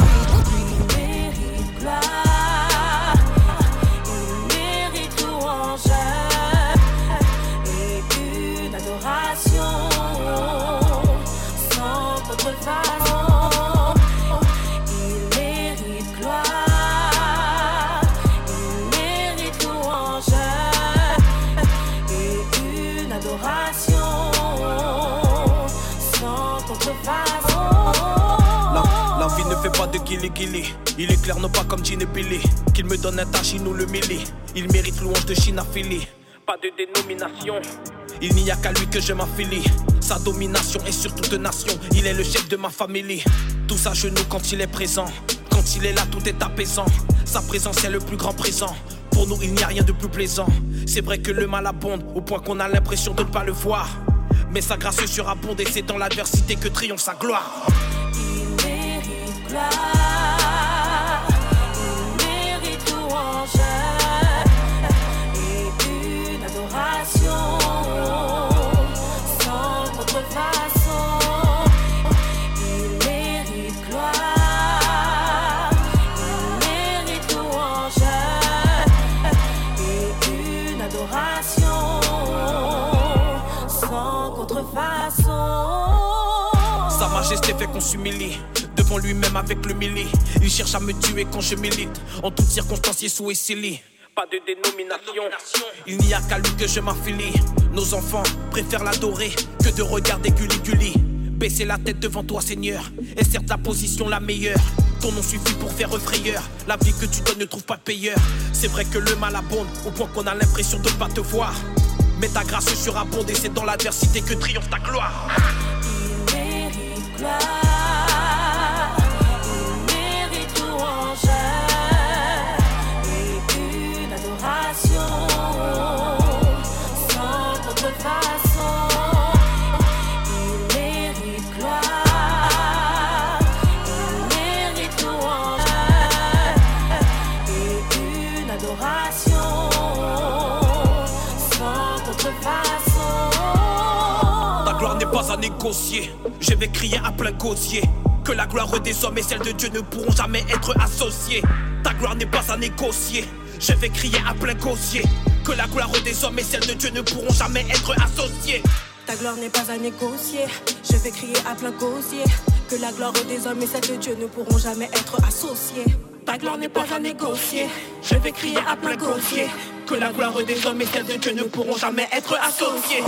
pas de guili-guili. Il est clair, non pas comme Gene et Billy, qu'il me donne un tachine ou le milli. Il mérite louange de Chine-Philly. Pas de dénomination, il n'y a qu'à lui que je m'affilie. Sa domination est sur toute nation, il est le chef de ma famille. Tous à genoux quand il est présent, quand il est là tout est apaisant. Sa présence est le plus grand présent. Pour nous il n'y a rien de plus plaisant. C'est vrai que le mal abonde, au point qu'on a l'impression de ne pas le voir. Mais sa grâce surabonde et c'est dans l'adversité que triomphe sa gloire. Il mérite louange et une adoration sans contrefaçon. Il mérite gloire, il mérite louange et une adoration sans contrefaçon. Sa majesté fait qu'on s'humilie devant lui-même avec le milli. Il cherche à me tuer quand je milite. En toutes circonstances, Yeshua et Silly. Pas de dénomination, il n'y a qu'à lui que je m'affilie. Nos enfants préfèrent l'adorer que de regarder Gulli-Gulli. Baisser la tête devant toi Seigneur est certes la position la meilleure. Ton nom suffit pour faire frayeur. La vie que tu donnes ne trouve pas de payeur. C'est vrai que le mal abonde au point qu'on a l'impression de ne pas te voir. Mais ta grâce surabonde et c'est dans l'adversité que triomphe ta gloire. Il mérite gloire. Pas à négocier, je vais crier à plein gosier que la gloire des hommes et celle de Dieu ne pourront jamais être associées. Ta gloire n'est pas à négocier, je vais crier à plein gosier que la gloire des hommes et celle de Dieu ne pourront jamais être associées. Ta gloire n'est pas à négocier, je vais crier à plein gosier que la gloire des hommes et celle de Dieu ne pourront jamais être associées. Ta gloire n'est pas à négocier, je vais crier à plein gosier que la gloire des hommes et celle de Dieu ne pourront jamais être associées.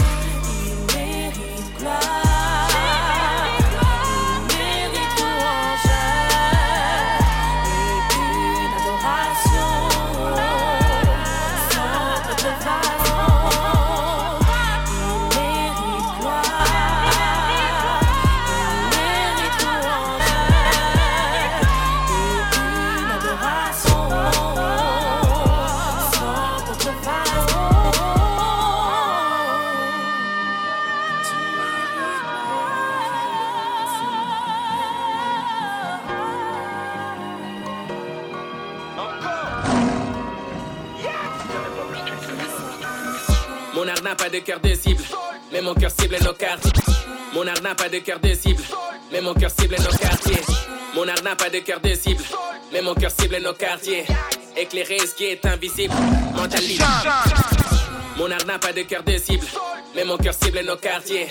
Mon art n'a pas de cœur de cible, mais mon cœur cible nos quartiers. Mon art n'a pas de cœur de cible, mais mon cœur cible nos quartiers. Mon art n'a pas de cœur de cible, mais mon cœur cible nos quartiers. Éclairer ce qui est invisible, mentalise. Mon art n'a pas de cœur de cible, mais mon cœur cible nos quartiers.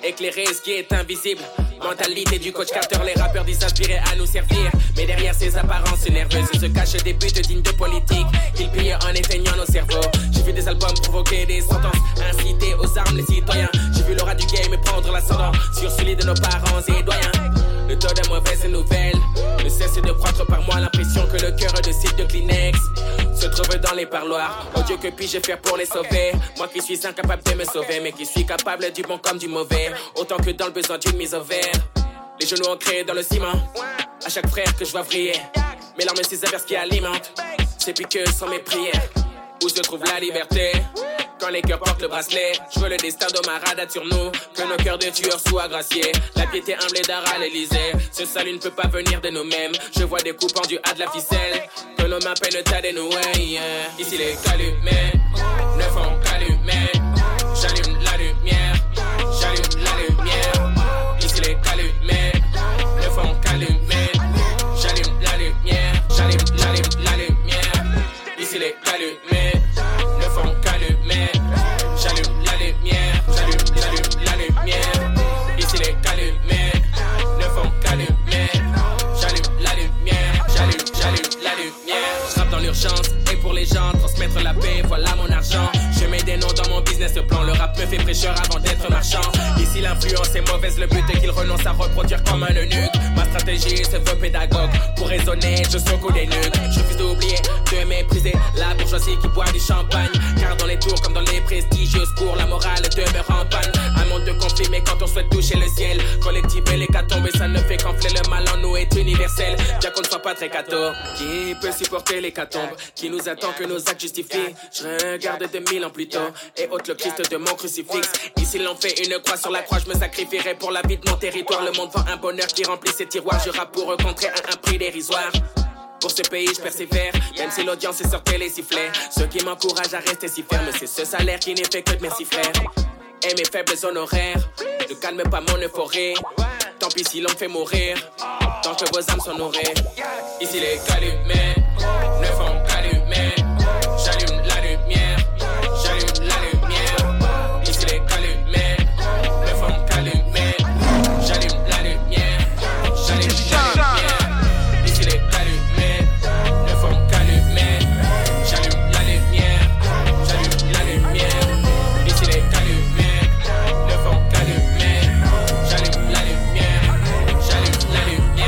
éclairer ce qui est invisible. Mentalité du coach capteur, les rappeurs disent inspirés à nous servir. Mais derrière ces apparences nerveuses se cachent des buts dignes de politique. Ils pillent en éteignant nos cerveaux. J'ai vu des albums provoquer des sentences, inciter aux armes les citoyens. J'ai vu l'aura du game prendre l'ascendant sur celui de nos parents et doyens. Le taux de mauvaises nouvelles ne cesse de croître par moi. L'impression que le cœur de site de Kleenex se trouve dans les parloirs. Oh Dieu, que puis-je faire pour les sauver? Moi qui suis incapable de me sauver, mais qui suis capable du bon comme du mauvais. Autant que dans le besoin d'une mise au vert. Les genoux ancrés dans le ciment. À chaque frère que je vois vriller. Mes larmes, ces averses qui alimentent. C'est plus que sans mes prières. Où se trouve la liberté? Quand les cœurs portent le bracelet, je veux le destin d'Omarada sur nous. Que nos cœurs de tueurs soient graciés. La piété humble et d'art à l'Elysée. Ce salut ne peut pas venir de nous-mêmes. Je vois des coups pendus à de la ficelle. Que nos mains peinent à dénouer. Ici les calumets ne font qu'allumer. J'allume la lumière. J'allume la lumière. Ici les calumets ne font qu'allumer. J'allume la lumière. J'allume la lumière. Ici les calumets ne font qu'allumer. J'allume la lumière. J'allume la lumière. Ici les calumets ne font qu'allumer. J'allume la lumière. J'allume la lumière. Je rappe dans l'urgence et pour les gens transmettre la paix, voilà mon argent. Je mets des noms dans mon business plan. Le rap me fait prêcheur avant d'être marchand. Ici l'influence est mauvaise, le but est qu'il renonce à reproduire comme un eunuque. Ma stratégie se veut pédagogue. Pour raisonner, je secoue des nuques. Je refuse d'oublier, de mépriser la bourgeoisie qui boit du champagne. Car dans les tours comme dans les prestigieuses cours, la morale demeure en panne. Un monde de conflit, mais quand on souhaite toucher le ciel, collectif et l'hécatombe, ça ne fait qu'enfler. Le mal en nous est universel, bien qu'on ne soit pas très catho. Qui peut supporter l'hécatombe qui nous attend que nos actes justifient? Je regarde 2000 ans plus tôt et ôte le Christ de mon crucifix. Ici l'on fait une croix sur la croix, je me sacrifierai pour la vie de mon territoire. Le monde vend un bonheur qui remplit ses tiroirs. Je rappe pour rencontrer un prix dérisoire. Pour ce pays je persévère, même si l'audience est sortie les sifflets. Ceux qui m'encouragent à rester si ferme, c'est ce salaire qui n'est fait que de merci frère. Et mes faibles honoraires ne calment pas mon euphorie. Tant pis si l'on me fait mourir, tant que vos âmes sont nourries. Ici les calumets ne font qu'allumer. J'allume la lumière, j'allume la lumière. Ici les calumets ne font qu'allumer. J'allume la lumière, j'allume la lumière. Ici les calumets ne font qu'allumer. J'allume la lumière, j'allume la lumière. Ici les calumets ne font qu'allumer. J'allume la lumière, j'allume la lumière.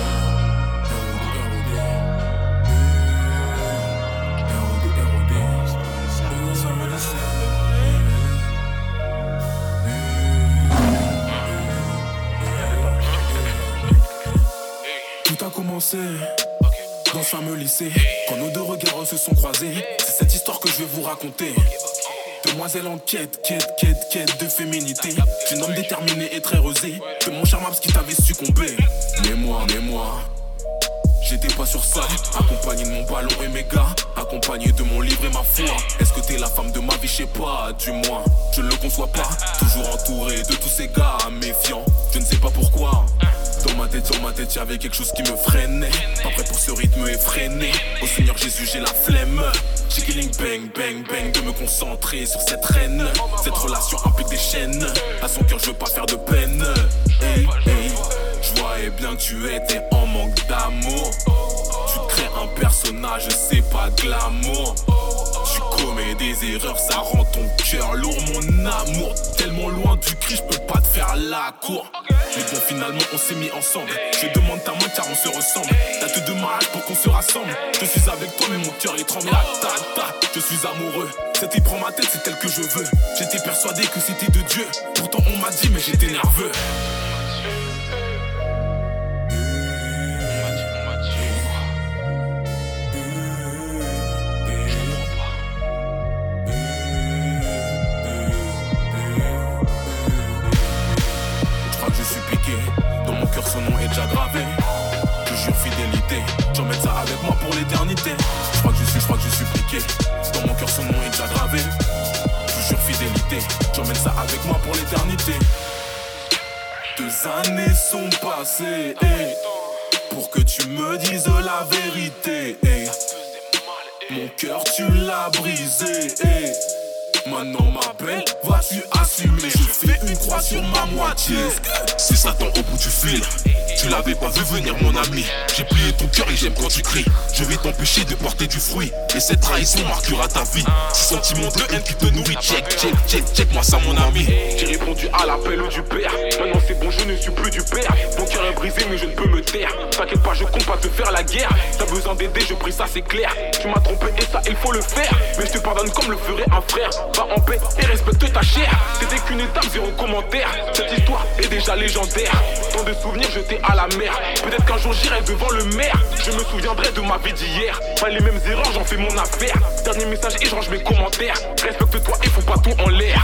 Tout a commencé dans le fameux lycée, quand nos deux regards se sont croisés. C'est cette histoire que je vais vous raconter. Demoiselle en quête de féminité. Jeune homme déterminé et très rusé. De mon charme parce qui t'avait succombé. Mais moi, j'étais pas sur ça. Accompagné de mon ballon et mes gars, accompagné de mon livre et ma foi. Est-ce que t'es la femme de ma vie? Je sais pas, du moins, je ne le conçois pas. Toujours entouré de tous ces gars méfiants, je ne sais pas pourquoi. Dans ma tête, y'avait quelque chose qui me freinait. Pas prêt pour ce rythme effréné. Au Seigneur Jésus, j'ai la flemme. J'ai killing bang, bang, bang, de me concentrer sur cette reine. Cette relation implique des chaînes. À son cœur, je veux pas faire de peine. Hey, hey, je voyais bien que tu étais en manque d'amour. Tu te crées un personnage, c'est pas glamour. Tu commets des erreurs, ça rend ton cœur lourd. Mon amour, tellement loin du cri, je peux pas te faire la cour. Mais bon, finalement, on s'est mis ensemble. Je demande ta main car on se ressemble. Date de mariage pour qu'on se rassemble. Je suis avec toi, mais mon cœur il tremble. Je suis amoureux. Cette il prend ma tête, c'est elle que je veux. J'étais persuadé que c'était de Dieu. Pourtant, on m'a dit, mais j'étais nerveux. Dans mon cœur son nom est déjà gravé. Je jure fidélité, j'emmène ça avec moi pour l'éternité. Je crois que je suis piqué. Dans mon cœur son nom est déjà gravé. Je jure fidélité, j'emmène ça avec moi pour l'éternité. 2 années sont passées pour que tu me dises la vérité. Mon cœur tu l'as brisé. Maintenant m'appelle, vas-tu assumer? Je fais une croix sur ma moitié. C'est Satan au bout du fil. Tu l'avais pas vu venir mon ami. J'ai plié ton cœur et j'aime quand tu cries. Je vais t'empêcher de porter du fruit. Et cette trahison marquera ta vie. Ce sentiment de haine qui te nourrit. Check moi ça mon ami. J'ai répondu à l'appel du père. Maintenant c'est bon, je ne suis plus du père. Mon cœur est brisé mais je ne peux me taire. T'inquiète pas, je compte pas te faire la guerre. T'as besoin d'aider, je prie, ça c'est clair. Tu m'as trompé et ça il faut le faire. Mais je te pardonne comme le ferait un frère. Va en paix et respecte ta chair. C'était qu'une étape, 0 commentaire. Cette histoire est déjà légendaire. Tant de souvenirs jetés à la mer. Peut-être qu'un jour j'irai devant le maire. Je me souviendrai de ma vie d'hier. Pas les mêmes erreurs, j'en fais mon affaire. Dernier message et je range mes commentaires. Respecte-toi et faut pas tout en l'air.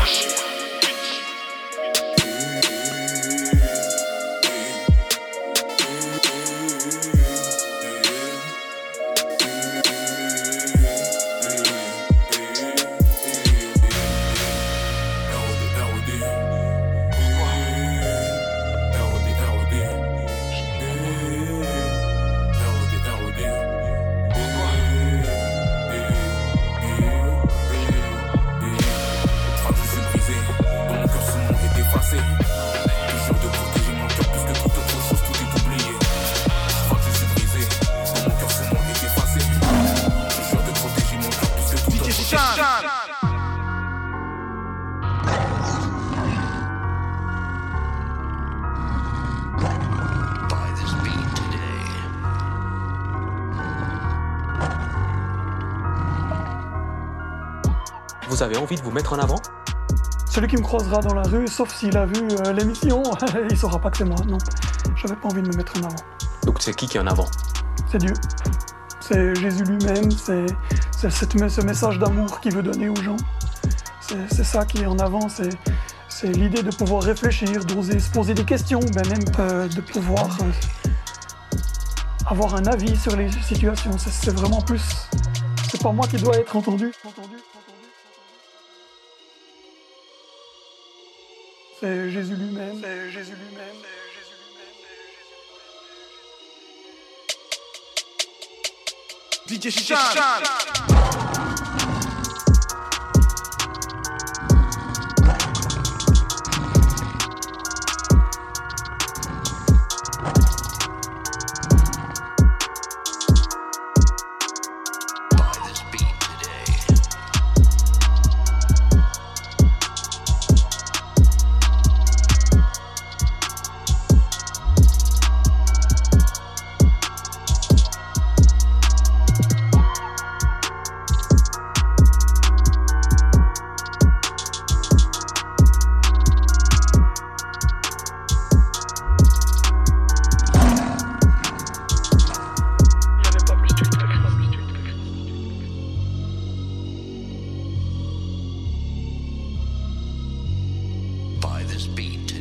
Vous avez envie de vous mettre en avant? Celui qui me croisera dans la rue, sauf s'il a vu l'émission, il saura pas que c'est moi, non. J'avais pas envie de me mettre en avant. Donc c'est qui est en avant? C'est Dieu. C'est Jésus lui-même, c'est ce message d'amour qu'il veut donner aux gens. C'est ça qui est en avant, c'est l'idée de pouvoir réfléchir, d'oser se poser des questions, ben même de pouvoir avoir un avis sur les situations. C'est vraiment plus... C'est pas moi qui dois être entendu. C'est Jésus lui-même, c'est Jésus lui-même, c'est Jésus lui-même, c'est Jésus lui-même. DJ Chan. This beat.